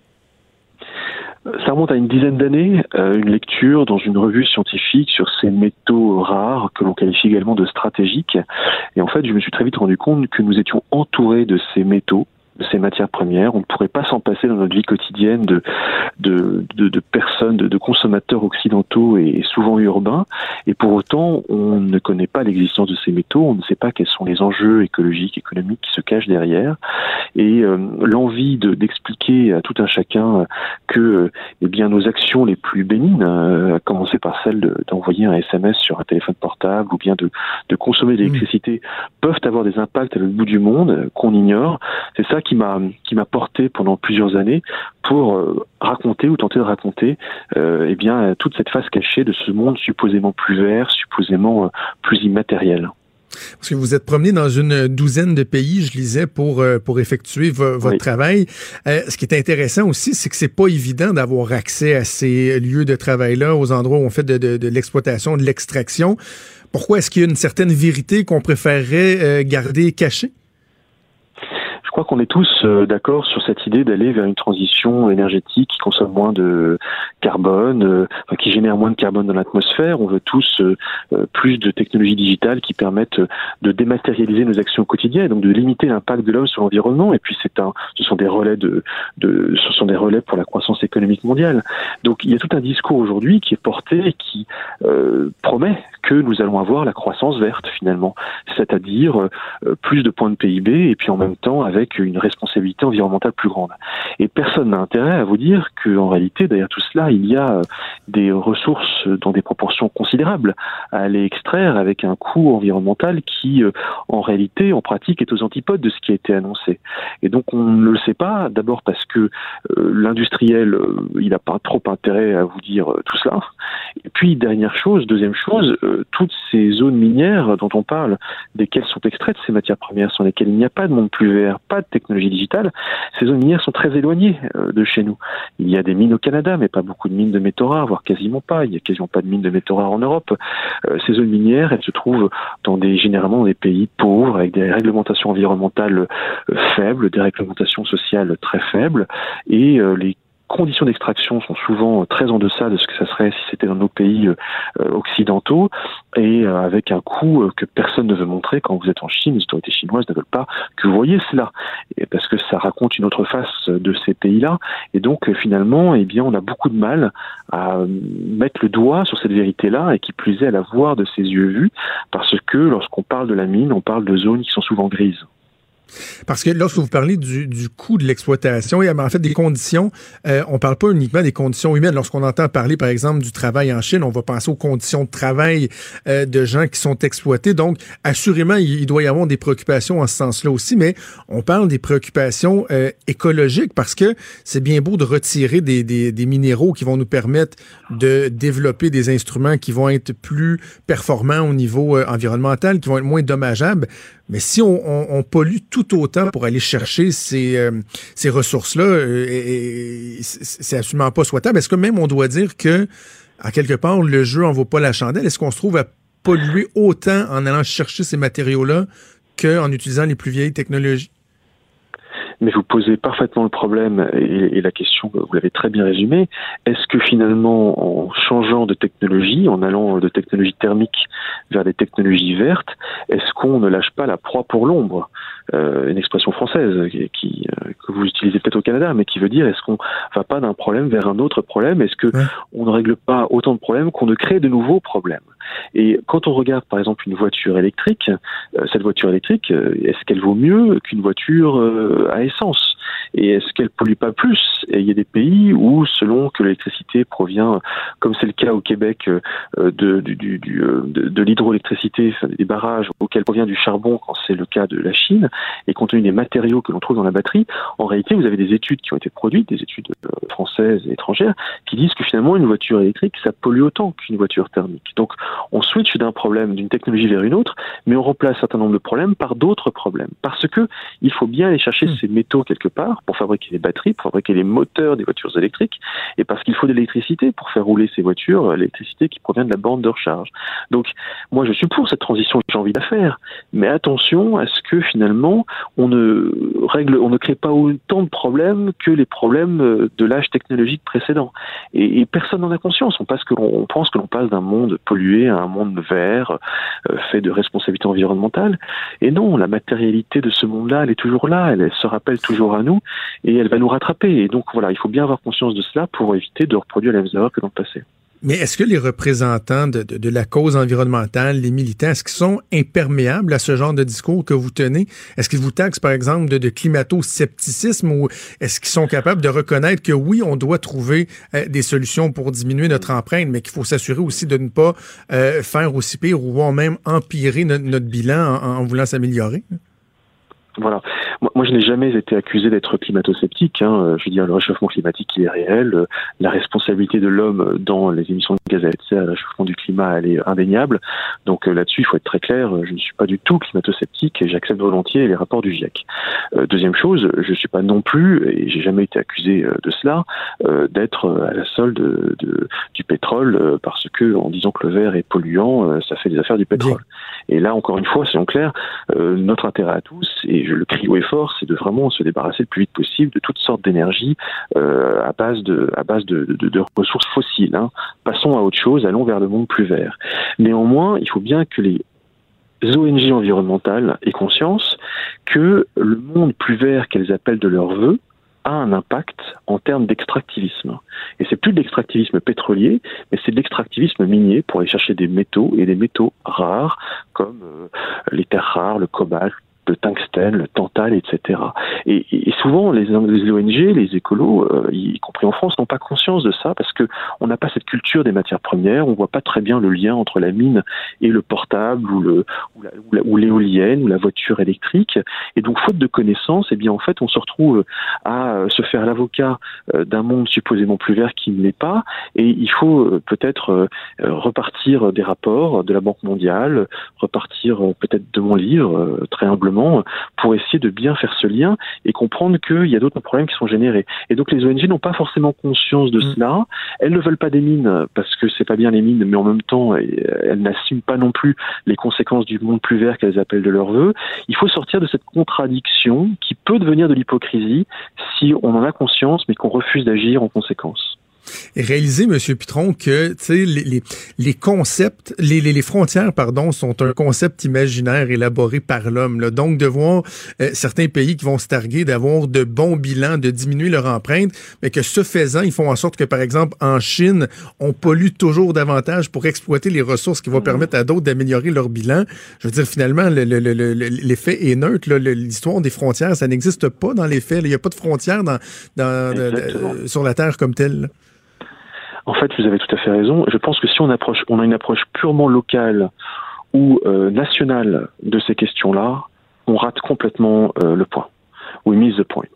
Ça remonte à une dizaine d'années, une lecture dans une revue scientifique sur ces métaux rares que l'on qualifie également de stratégiques. Et en fait, je me suis très vite rendu compte que nous étions entourés de ces métaux, de ces matières premières. On ne pourrait pas s'en passer dans notre vie quotidienne de personnes, de consommateurs occidentaux et souvent urbains. Et pour autant, on ne connaît pas l'existence de ces métaux. On ne sait pas quels sont les enjeux écologiques, économiques qui se cachent derrière. Et l'envie d'expliquer à tout un chacun que nos actions les plus bénignes, à commencer par celle d'envoyer un SMS sur un téléphone portable ou bien de consommer de l'électricité, peuvent avoir des impacts à l'autre bout du monde qu'on ignore. C'est ça qui m'a porté pendant plusieurs années pour raconter ou tenter de raconter toute cette face cachée de ce monde supposément plus vert, supposément plus immatériel. Parce que vous êtes promené dans une douzaine de pays, je lisais, pour effectuer votre travail. Ce qui est intéressant aussi, c'est que c'est pas évident d'avoir accès à ces lieux de travail-là, aux endroits où on fait de l'exploitation, de l'extraction. Pourquoi est-ce qu'il y a une certaine vérité qu'on préférerait garder cachée? Je crois qu'on est tous d'accord sur cette idée d'aller vers une transition énergétique qui consomme moins de carbone, qui génère moins de carbone dans l'atmosphère. On veut tous plus de technologies digitales qui permettent de dématérialiser nos actions quotidiennes et donc de limiter l'impact de l'homme sur l'environnement. Et puis ce sont des relais pour la croissance économique mondiale. Donc il y a tout un discours aujourd'hui qui est porté et qui promet que nous allons avoir la croissance verte finalement, c'est-à-dire plus de points de PIB et puis en même temps avec avec une responsabilité environnementale plus grande. Et personne n'a intérêt à vous dire qu'en réalité, derrière tout cela, il y a des ressources dans des proportions considérables à aller extraire avec un coût environnemental qui, en réalité, en pratique, est aux antipodes de ce qui a été annoncé. Et donc, on ne le sait pas, d'abord parce que l'industriel, il n'a pas trop intérêt à vous dire tout cela. Et puis, deuxième chose, toutes ces zones minières dont on parle, desquelles sont extraites ces matières premières, sur lesquelles il n'y a pas de monde plus vert, pas de technologie digitale, ces zones minières sont très éloignées de chez nous. Il y a des mines au Canada, mais pas beaucoup de mines de métaux rares, voire quasiment pas. Il n'y a quasiment pas de mines de métaux rares en Europe. Ces zones minières, elles se trouvent généralement dans des pays pauvres, avec des réglementations environnementales faibles, des réglementations sociales très faibles, et les conditions d'extraction sont souvent très en deçà de ce que ça serait si c'était dans nos pays occidentaux, et avec un coût que personne ne veut montrer quand vous êtes en Chine. Les autorités chinoises ne veulent pas que vous voyez cela, parce que ça raconte une autre face de ces pays-là, et donc finalement, on a beaucoup de mal à mettre le doigt sur cette vérité-là, et qui plus est à la voir de ses yeux vus, parce que lorsqu'on parle de la mine, on parle de zones qui sont souvent grises. Parce que lorsque vous parlez du coût de l'exploitation, et en fait des conditions, on parle pas uniquement des conditions humaines. Lorsqu'on entend parler, par exemple, du travail en Chine, on va penser aux conditions de travail de gens qui sont exploités. Donc, assurément, il doit y avoir des préoccupations en ce sens-là aussi, mais on parle des préoccupations écologiques, parce que c'est bien beau de retirer des minéraux qui vont nous permettre de développer des instruments qui vont être plus performants au niveau environnemental, qui vont être moins dommageables. Mais si on pollue tout autant pour aller chercher ces ressources-là, c'est absolument pas souhaitable. Est-ce que même on doit dire que, à quelque part, le jeu en vaut pas la chandelle? Est-ce qu'on se trouve à polluer autant en allant chercher ces matériaux-là qu'en utilisant les plus vieilles technologies? Mais vous posez parfaitement le problème et la question, vous l'avez très bien résumée. Est-ce que finalement, en changeant de technologie, en allant de technologie thermique vers des technologies vertes, est-ce qu'on ne lâche pas la proie pour l'ombre? Une expression française que vous utilisez peut-être au Canada, mais qui veut dire, est-ce qu'on va pas d'un problème vers un autre problème? Est-ce que on ne règle pas autant de problèmes qu'on ne crée de nouveaux problèmes? Et quand on regarde par exemple une voiture électrique, cette voiture électrique, est-ce qu'elle vaut mieux qu'une voiture à essence? Et est-ce qu'elle pollue pas plus? Et il y a des pays où, selon que l'électricité provient, comme c'est le cas au Québec, de l'hydroélectricité, des barrages, auquel provient du charbon quand c'est le cas de la Chine, et compte tenu des matériaux que l'on trouve dans la batterie, en réalité, vous avez des études qui ont été produites, des études françaises et étrangères, qui disent que finalement, une voiture électrique, ça pollue autant qu'une voiture thermique. Donc, on switch d'un problème, d'une technologie vers une autre, mais on remplace un certain nombre de problèmes par d'autres problèmes. Parce que il faut bien aller chercher ces métaux quelque part pour fabriquer les batteries, pour fabriquer les moteurs des voitures électriques, et parce qu'il faut de l'électricité pour faire rouler ces voitures, l'électricité qui provient de la borne de recharge. Donc, moi, je suis pour cette transition, j'ai envie de la faire, mais attention à ce que finalement, on ne crée pas autant de problèmes que les problèmes de l'âge technologique précédent. Et personne n'en a conscience. On pense que l'on passe d'un monde pollué à un monde vert, fait de responsabilité environnementale. Et non, la matérialité de ce monde-là, elle est toujours là, elle se rappelle toujours à nous, et elle va nous rattraper. Et donc voilà, il faut bien avoir conscience de cela pour éviter de reproduire les mêmes erreurs que dans le passé. Mais est-ce que les représentants de la cause environnementale, les militants, est-ce qu'ils sont imperméables à ce genre de discours que vous tenez? Est-ce qu'ils vous taxent, par exemple, de climato-scepticisme, ou est-ce qu'ils sont capables de reconnaître que oui, on doit trouver des solutions pour diminuer notre empreinte, mais qu'il faut s'assurer aussi de ne pas faire aussi pire ou voire même empirer notre bilan en voulant s'améliorer? Voilà. Moi, je n'ai jamais été accusé d'être climato-sceptique. Je veux dire, le réchauffement climatique, il est réel. La responsabilité de l'homme dans les émissions de gaz à effet de serre, le réchauffement du climat, elle est indéniable. Donc là-dessus, il faut être très clair. Je ne suis pas du tout climato-sceptique et j'accepte volontiers les rapports du GIEC. Deuxième chose, je ne suis pas non plus, et j'ai jamais été accusé de cela, d'être à la solde du pétrole, parce que en disant que le verre est polluant, ça fait des affaires du pétrole. Et là, encore une fois, soyons clairs, notre intérêt à tous, et je le crie haut et fort, c'est de vraiment se débarrasser le plus vite possible de toutes sortes d'énergies à base de ressources fossiles. Passons à autre chose, allons vers le monde plus vert. Néanmoins, il faut bien que les ONG environnementales aient conscience que le monde plus vert qu'elles appellent de leur vœu a un impact en termes d'extractivisme. Et c'est plus de l'extractivisme pétrolier, mais c'est de l'extractivisme minier pour aller chercher des métaux et des métaux rares, comme les terres rares, le cobalt, le tungstène, le tantal, etc. Et souvent, les ONG, les écolos, y compris en France, n'ont pas conscience de ça parce que on n'a pas cette culture des matières premières. On voit pas très bien le lien entre la mine et le portable ou l'éolienne ou la voiture électrique. Et donc, faute de connaissances, eh bien, en fait, on se retrouve à se faire l'avocat d'un monde supposément plus vert qui ne l'est pas. Et il faut peut-être repartir des rapports de la Banque mondiale, repartir peut-être de mon livre, très humblement, pour essayer de bien faire ce lien et comprendre qu'il y a d'autres problèmes qui sont générés. Et donc les ONG n'ont pas forcément conscience de cela. Elles ne veulent pas des mines parce que c'est pas bien les mines, mais en même temps, elles n'assument pas non plus les conséquences du monde plus vert qu'elles appellent de leur vœu. Il faut sortir de cette contradiction qui peut devenir de l'hypocrisie si on en a conscience, mais qu'on refuse d'agir en conséquence. Et réaliser, M. Pitron, que les concepts, les frontières, sont un concept imaginaire élaboré par l'homme. Là. Donc, de voir certains pays qui vont se targuer d'avoir de bons bilans, de diminuer leur empreinte, mais que ce faisant, ils font en sorte que, par exemple, en Chine, on pollue toujours davantage pour exploiter les ressources qui vont permettre à d'autres d'améliorer leur bilan. Je veux dire, finalement, l'effet est neutre. Là. L'histoire des frontières, ça n'existe pas dans les faits. Il n'y a pas de frontières sur la Terre comme telle. Là. En fait, vous avez tout à fait raison. Je pense que si on a une approche purement locale ou nationale de ces questions-là, on rate complètement le point. We miss the point.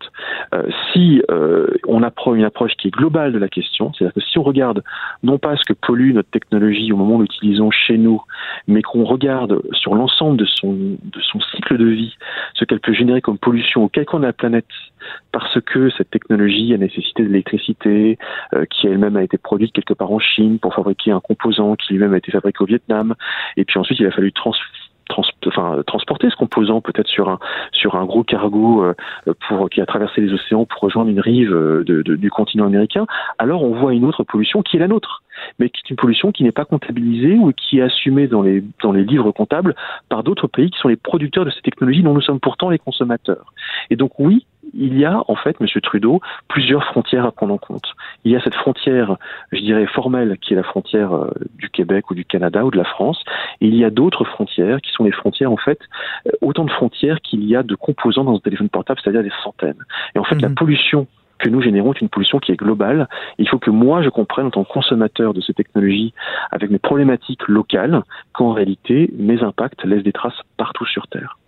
Si on apprend une approche qui est globale de la question, c'est-à-dire que si on regarde non pas ce que pollue notre technologie au moment où nous l'utilisons chez nous, mais qu'on regarde sur l'ensemble de son cycle de vie, ce qu'elle peut générer comme pollution au quelque coin de la planète, parce que cette technologie a nécessité de l'électricité, qui elle-même a été produite quelque part en Chine pour fabriquer un composant qui lui-même a été fabriqué au Vietnam, et puis ensuite il a fallu transporter ce composant peut-être sur un gros cargo qui a traversé les océans pour rejoindre une rive du continent américain, alors on voit une autre pollution qui est la nôtre, mais qui est une pollution qui n'est pas comptabilisée ou qui est assumée dans les livres comptables par d'autres pays qui sont les producteurs de ces technologies dont nous sommes pourtant les consommateurs. Et donc oui, il y a en fait, Monsieur Trudeau, plusieurs frontières à prendre en compte. Il y a cette frontière, je dirais, formelle, qui est la frontière du Québec ou du Canada ou de la France, et il y a d'autres frontières qui sont les frontières, en fait, autant de frontières qu'il y a de composants dans un téléphone portable, c'est-à-dire des centaines. Et en fait, la pollution que nous générons est une pollution qui est globale. Il faut que moi, je comprenne en tant que consommateur de ces technologies, avec mes problématiques locales, qu'en réalité, mes impacts laissent des traces partout sur Terre.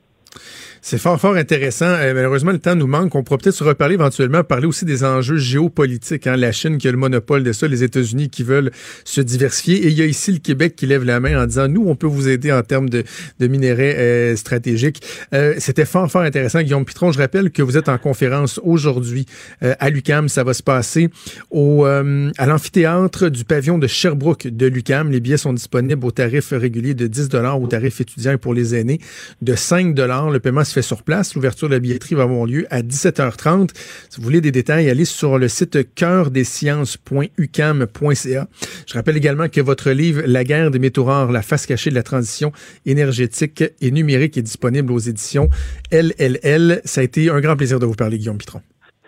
C'est fort, fort intéressant. Malheureusement, le temps nous manque. On pourra peut-être se reparler éventuellement, parler aussi des enjeux géopolitiques. Hein? La Chine qui a le monopole de ça, les États-Unis qui veulent se diversifier. Et il y a ici le Québec qui lève la main en disant, nous, on peut vous aider en termes de minerais stratégiques. C'était fort, fort intéressant. Guillaume Pitron, je rappelle que vous êtes en conférence aujourd'hui à l'UQAM. Ça va se passer à l'amphithéâtre du pavillon de Sherbrooke de l'UQAM. Les billets sont disponibles au tarif régulier de 10 $, au tarif étudiant pour les aînés de 5 $. Le paiement se fait sur place. L'ouverture de la billetterie va avoir lieu à 17h30. Si vous voulez des détails, allez sur le site cœurdesciences.uqam.ca. Je rappelle également que votre livre La guerre des métaux rares, la face cachée de la transition énergétique et numérique est disponible aux éditions LLL. Ça a été un grand plaisir de vous parler, Guillaume Pitron.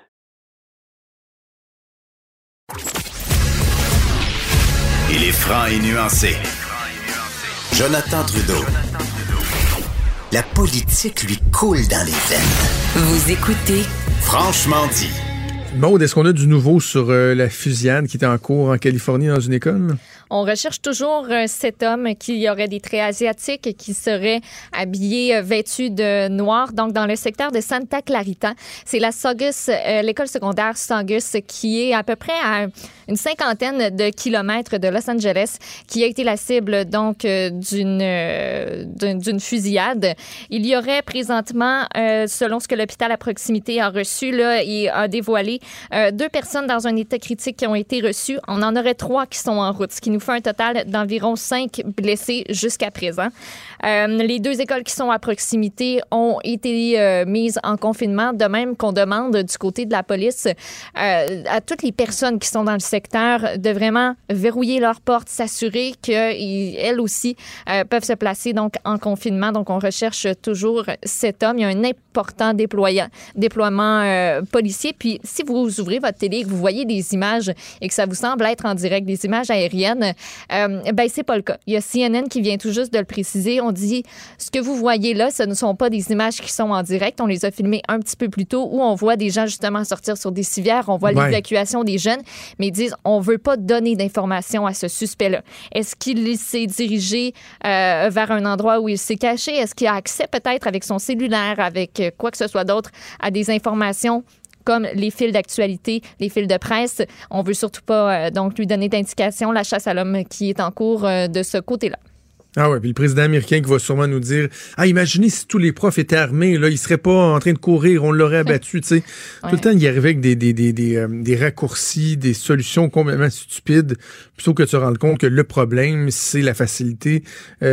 Il est franc et nuancé. Jonathan Trudeau. La politique lui coule dans les veines. Vous écoutez Franchement dit. Maude, est-ce qu'on a du nouveau sur la fusillade qui était en cours en Californie dans une école? On recherche toujours cet homme qui aurait des traits asiatiques, qui serait habillé, vêtu de noir, donc dans le secteur de Santa Clarita. C'est la Saugus, l'école secondaire Saugus, qui est à peu près à une 50aine de kilomètres de Los Angeles, qui a été la cible donc d'une fusillade. Il y aurait présentement, selon ce que l'hôpital à proximité a reçu là, et a dévoilé, 2 personnes dans un état critique qui ont été reçues. On en aurait 3 qui sont en route, ce qui nous fait un total d'environ 5 blessés jusqu'à présent. Les 2 écoles qui sont à proximité ont été mises en confinement, de même qu'on demande du côté de la police à toutes les personnes qui sont dans le secteur de vraiment verrouiller leurs portes, s'assurer qu'elles aussi peuvent se placer donc en confinement. Donc, on recherche toujours cet homme. Il y a un important déploiement policier. Puis, si vous ouvrez votre télé et que vous voyez des images et que ça vous semble être en direct, des images aériennes, ben c'est pas le cas. Il y a CNN qui vient tout juste de le préciser. On on dit, ce que vous voyez là, ce ne sont pas des images qui sont en direct. On les a filmées un petit peu plus tôt où on voit des gens justement sortir sur des civières, on voit l'évacuation des jeunes, mais ils disent, on veut pas donner d'informations à ce suspect-là. Est-ce qu'il s'est dirigé vers un endroit où il s'est caché? Est-ce qu'il a accès peut-être avec son cellulaire, avec quoi que ce soit d'autre, à des informations comme les fils d'actualité, les fils de presse? On veut surtout pas donc lui donner d'indications. La chasse à l'homme qui est en cours de ce côté-là. Ah ouais, puis le président américain qui va sûrement nous dire imaginez si tous les profs étaient armés, là, ils seraient pas en train de courir, on l'aurait abattu, tu sais. Tout le temps, il arrivait avec des raccourcis, des solutions complètement stupides, plutôt que de se rendre compte que le problème, c'est la facilité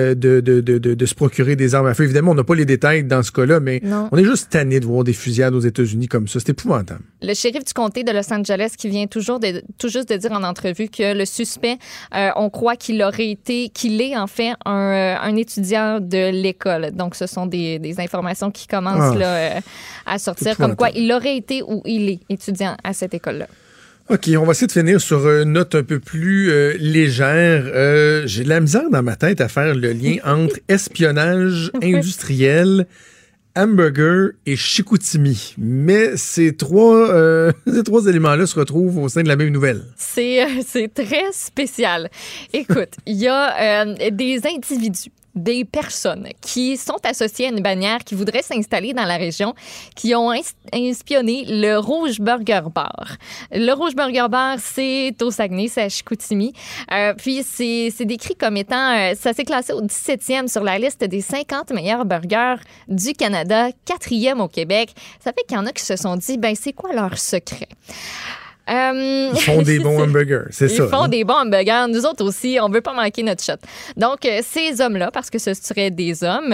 de se procurer des armes à feu. Évidemment, on n'a pas les détails dans ce cas-là, mais on est juste tanné de voir des fusillades aux États-Unis comme ça. C'est épouvantable. Le shérif du comté de Los Angeles qui vient tout juste de dire en entrevue que le suspect, on croit qu'il est en fait un étudiant de l'école. Donc, ce sont des informations qui commencent à sortir, comme quoi il aurait été ou il est étudiant à cette école-là. OK, on va essayer de finir sur une note un peu plus légère. J'ai de la misère dans ma tête à faire le lien entre espionnage industriel, hamburger et Chicoutimi. Mais ces trois éléments-là se retrouvent au sein de la même nouvelle. C'est très spécial. Écoute, il y a des individus, des personnes qui sont associées à une bannière qui voudraient s'installer dans la région, qui ont espionné le Rouge Burger Bar. Le Rouge Burger Bar, c'est au Saguenay, c'est à Chicoutimi. Puis c'est décrit comme étant, ça s'est classé au 17e sur la liste des 50 meilleurs burgers du Canada, 4e au Québec. Ça fait qu'il y en a qui se sont dit, c'est quoi leur secret? Ils font des bons hamburgers, c'est ça. Ils font des bons hamburgers. Nous autres aussi, on veut pas manquer notre shot. Donc, ces hommes-là, parce que ce seraient des hommes,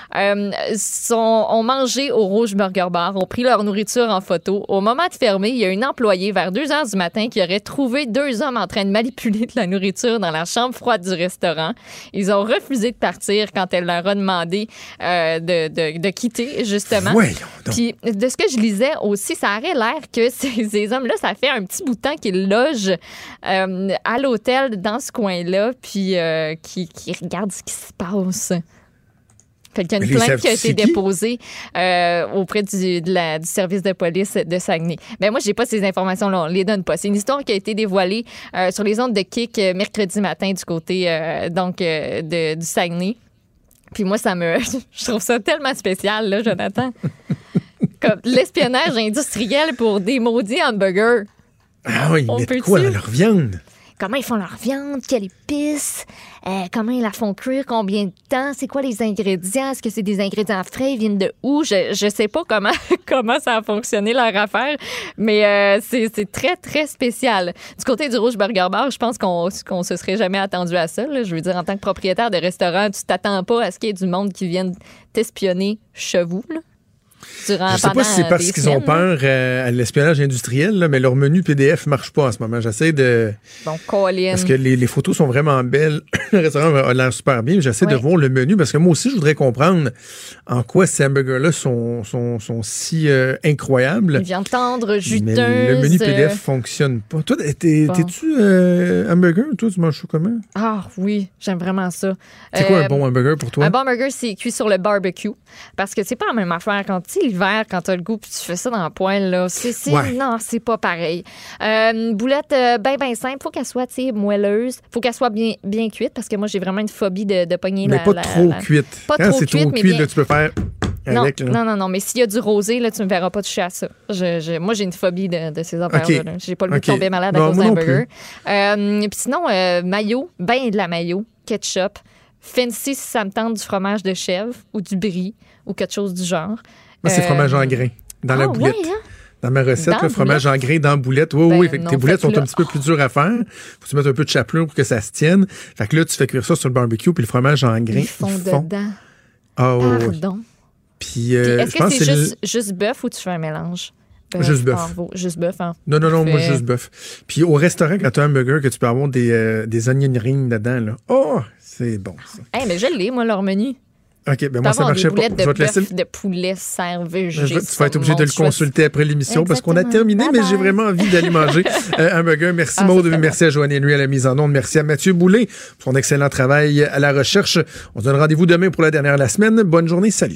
ont mangé au Rouge Burger Bar, ont pris leur nourriture en photo. Au moment de fermer, il y a une employée vers 2h du matin qui aurait trouvé 2 hommes en train de manipuler de la nourriture dans la chambre froide du restaurant. Ils ont refusé de partir quand elle leur a demandé de quitter, justement. Puis, de ce que je lisais aussi, ça aurait l'air que ces hommes-là, ça fait un petit bout de temps qu'ils logent à l'hôtel dans ce coin-là, puis qui regardent ce qui se passe. Fait qu'il y a une plainte qui a été déposée auprès du service de police de Saguenay. Mais moi, j'ai pas ces informations-là, on les donne pas. C'est une histoire qui a été dévoilée sur les ondes de Kik mercredi matin du côté du Saguenay. Puis moi, je trouve ça tellement spécial, là, Jonathan. Comme l'espionnage industriel pour des maudits hamburgers. Ah oui, ils mettent quoi dans leur viande? Comment ils font leur viande? Quelle épice? Comment ils la font cuire? Combien de temps? C'est quoi les ingrédients? Est-ce que c'est des ingrédients frais? Ils viennent de où? Je sais pas comment ça a fonctionné leur affaire, mais c'est très, très spécial. Du côté du Rouge Burger Bar, je pense qu'on se serait jamais attendu à ça. Là. Je veux dire, en tant que propriétaire de restaurant, tu t'attends pas à ce qu'il y ait du monde qui vienne t'espionner chez vous, là. Je sais pas si c'est parce qu'ils ont peur à l'espionnage industriel, là, mais leur menu PDF marche pas en ce moment. J'essaie de... Bon, Colin. Parce que les photos sont vraiment belles. Le restaurant a l'air super bien. J'essaie de voir le menu parce que moi aussi, je voudrais comprendre en quoi ces hamburgers-là sont si incroyables. Une viande tendre, juteuse. Mais le menu PDF fonctionne pas. Toi, t'es-tu hamburger? Toi, tu manges ça comment? Ah oui, j'aime vraiment ça. C'est quoi un bon hamburger pour toi? Un bon hamburger, c'est cuit sur le barbecue. Parce que c'est pas la même affaire quand l'hiver, quand t'as le goût, puis tu fais ça dans la poêle, là, non, c'est pas pareil. Une boulette bien simple, faut qu'elle soit moelleuse, faut qu'elle soit bien cuite, parce que moi, j'ai vraiment une phobie de pogner mais pas trop cuite. Pas quand trop c'est cuite, trop mais cuite, bien... là, tu peux faire avec. Non, mais s'il y a du rosé, là, tu me verras pas toucher à ça. Moi, j'ai une phobie de ces affaires-là. J'ai pas le goût de tomber malade à cause d'un burger. Puis sinon, mayo, de la mayo, ketchup, fancy si ça me tente du fromage de chèvre ou du brie ou quelque chose du genre. Moi, c'est fromage en grain, dans la boulette. Ouais, hein? Dans ma recette, le fromage en grain dans la boulette. Oui, fait que tes boulettes sont un petit peu plus dures à faire. Faut que tu mettes un peu de chapelure pour que ça se tienne. Fait que là, tu fais cuire ça sur le barbecue, puis le fromage en grain. Ils font dedans. Oh, pardon. Puis, est-ce que c'est juste bœuf ou tu fais un mélange? Juste bœuf. Juste bœuf, hein? Non, moi, juste bœuf. Puis au restaurant, quand tu as un burger, que tu peux avoir des onion rings dedans, là. Oh, c'est bon, ça. Mais je l'ai, moi, leur menu. OK, ben moi, ça marchait pas. Je vais te laisser de poulet serveux. Tu vas être obligé de le consulter après l'émission parce qu'on a terminé, mais j'ai vraiment envie d'aller manger un burger. Merci Maud, merci à Joanne Henry à la mise en onde, merci à Mathieu Boulay pour son excellent travail à la recherche. On se donne rendez-vous demain pour la dernière de la semaine. Bonne journée, salut.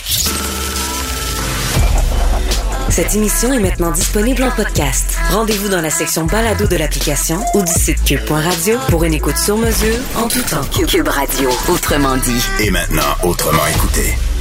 Cette émission est maintenant disponible en podcast. Rendez-vous dans la section balado de l'application ou du site cube.radio pour une écoute sur mesure en tout temps. Cube Radio, autrement dit. Et maintenant, autrement écouté.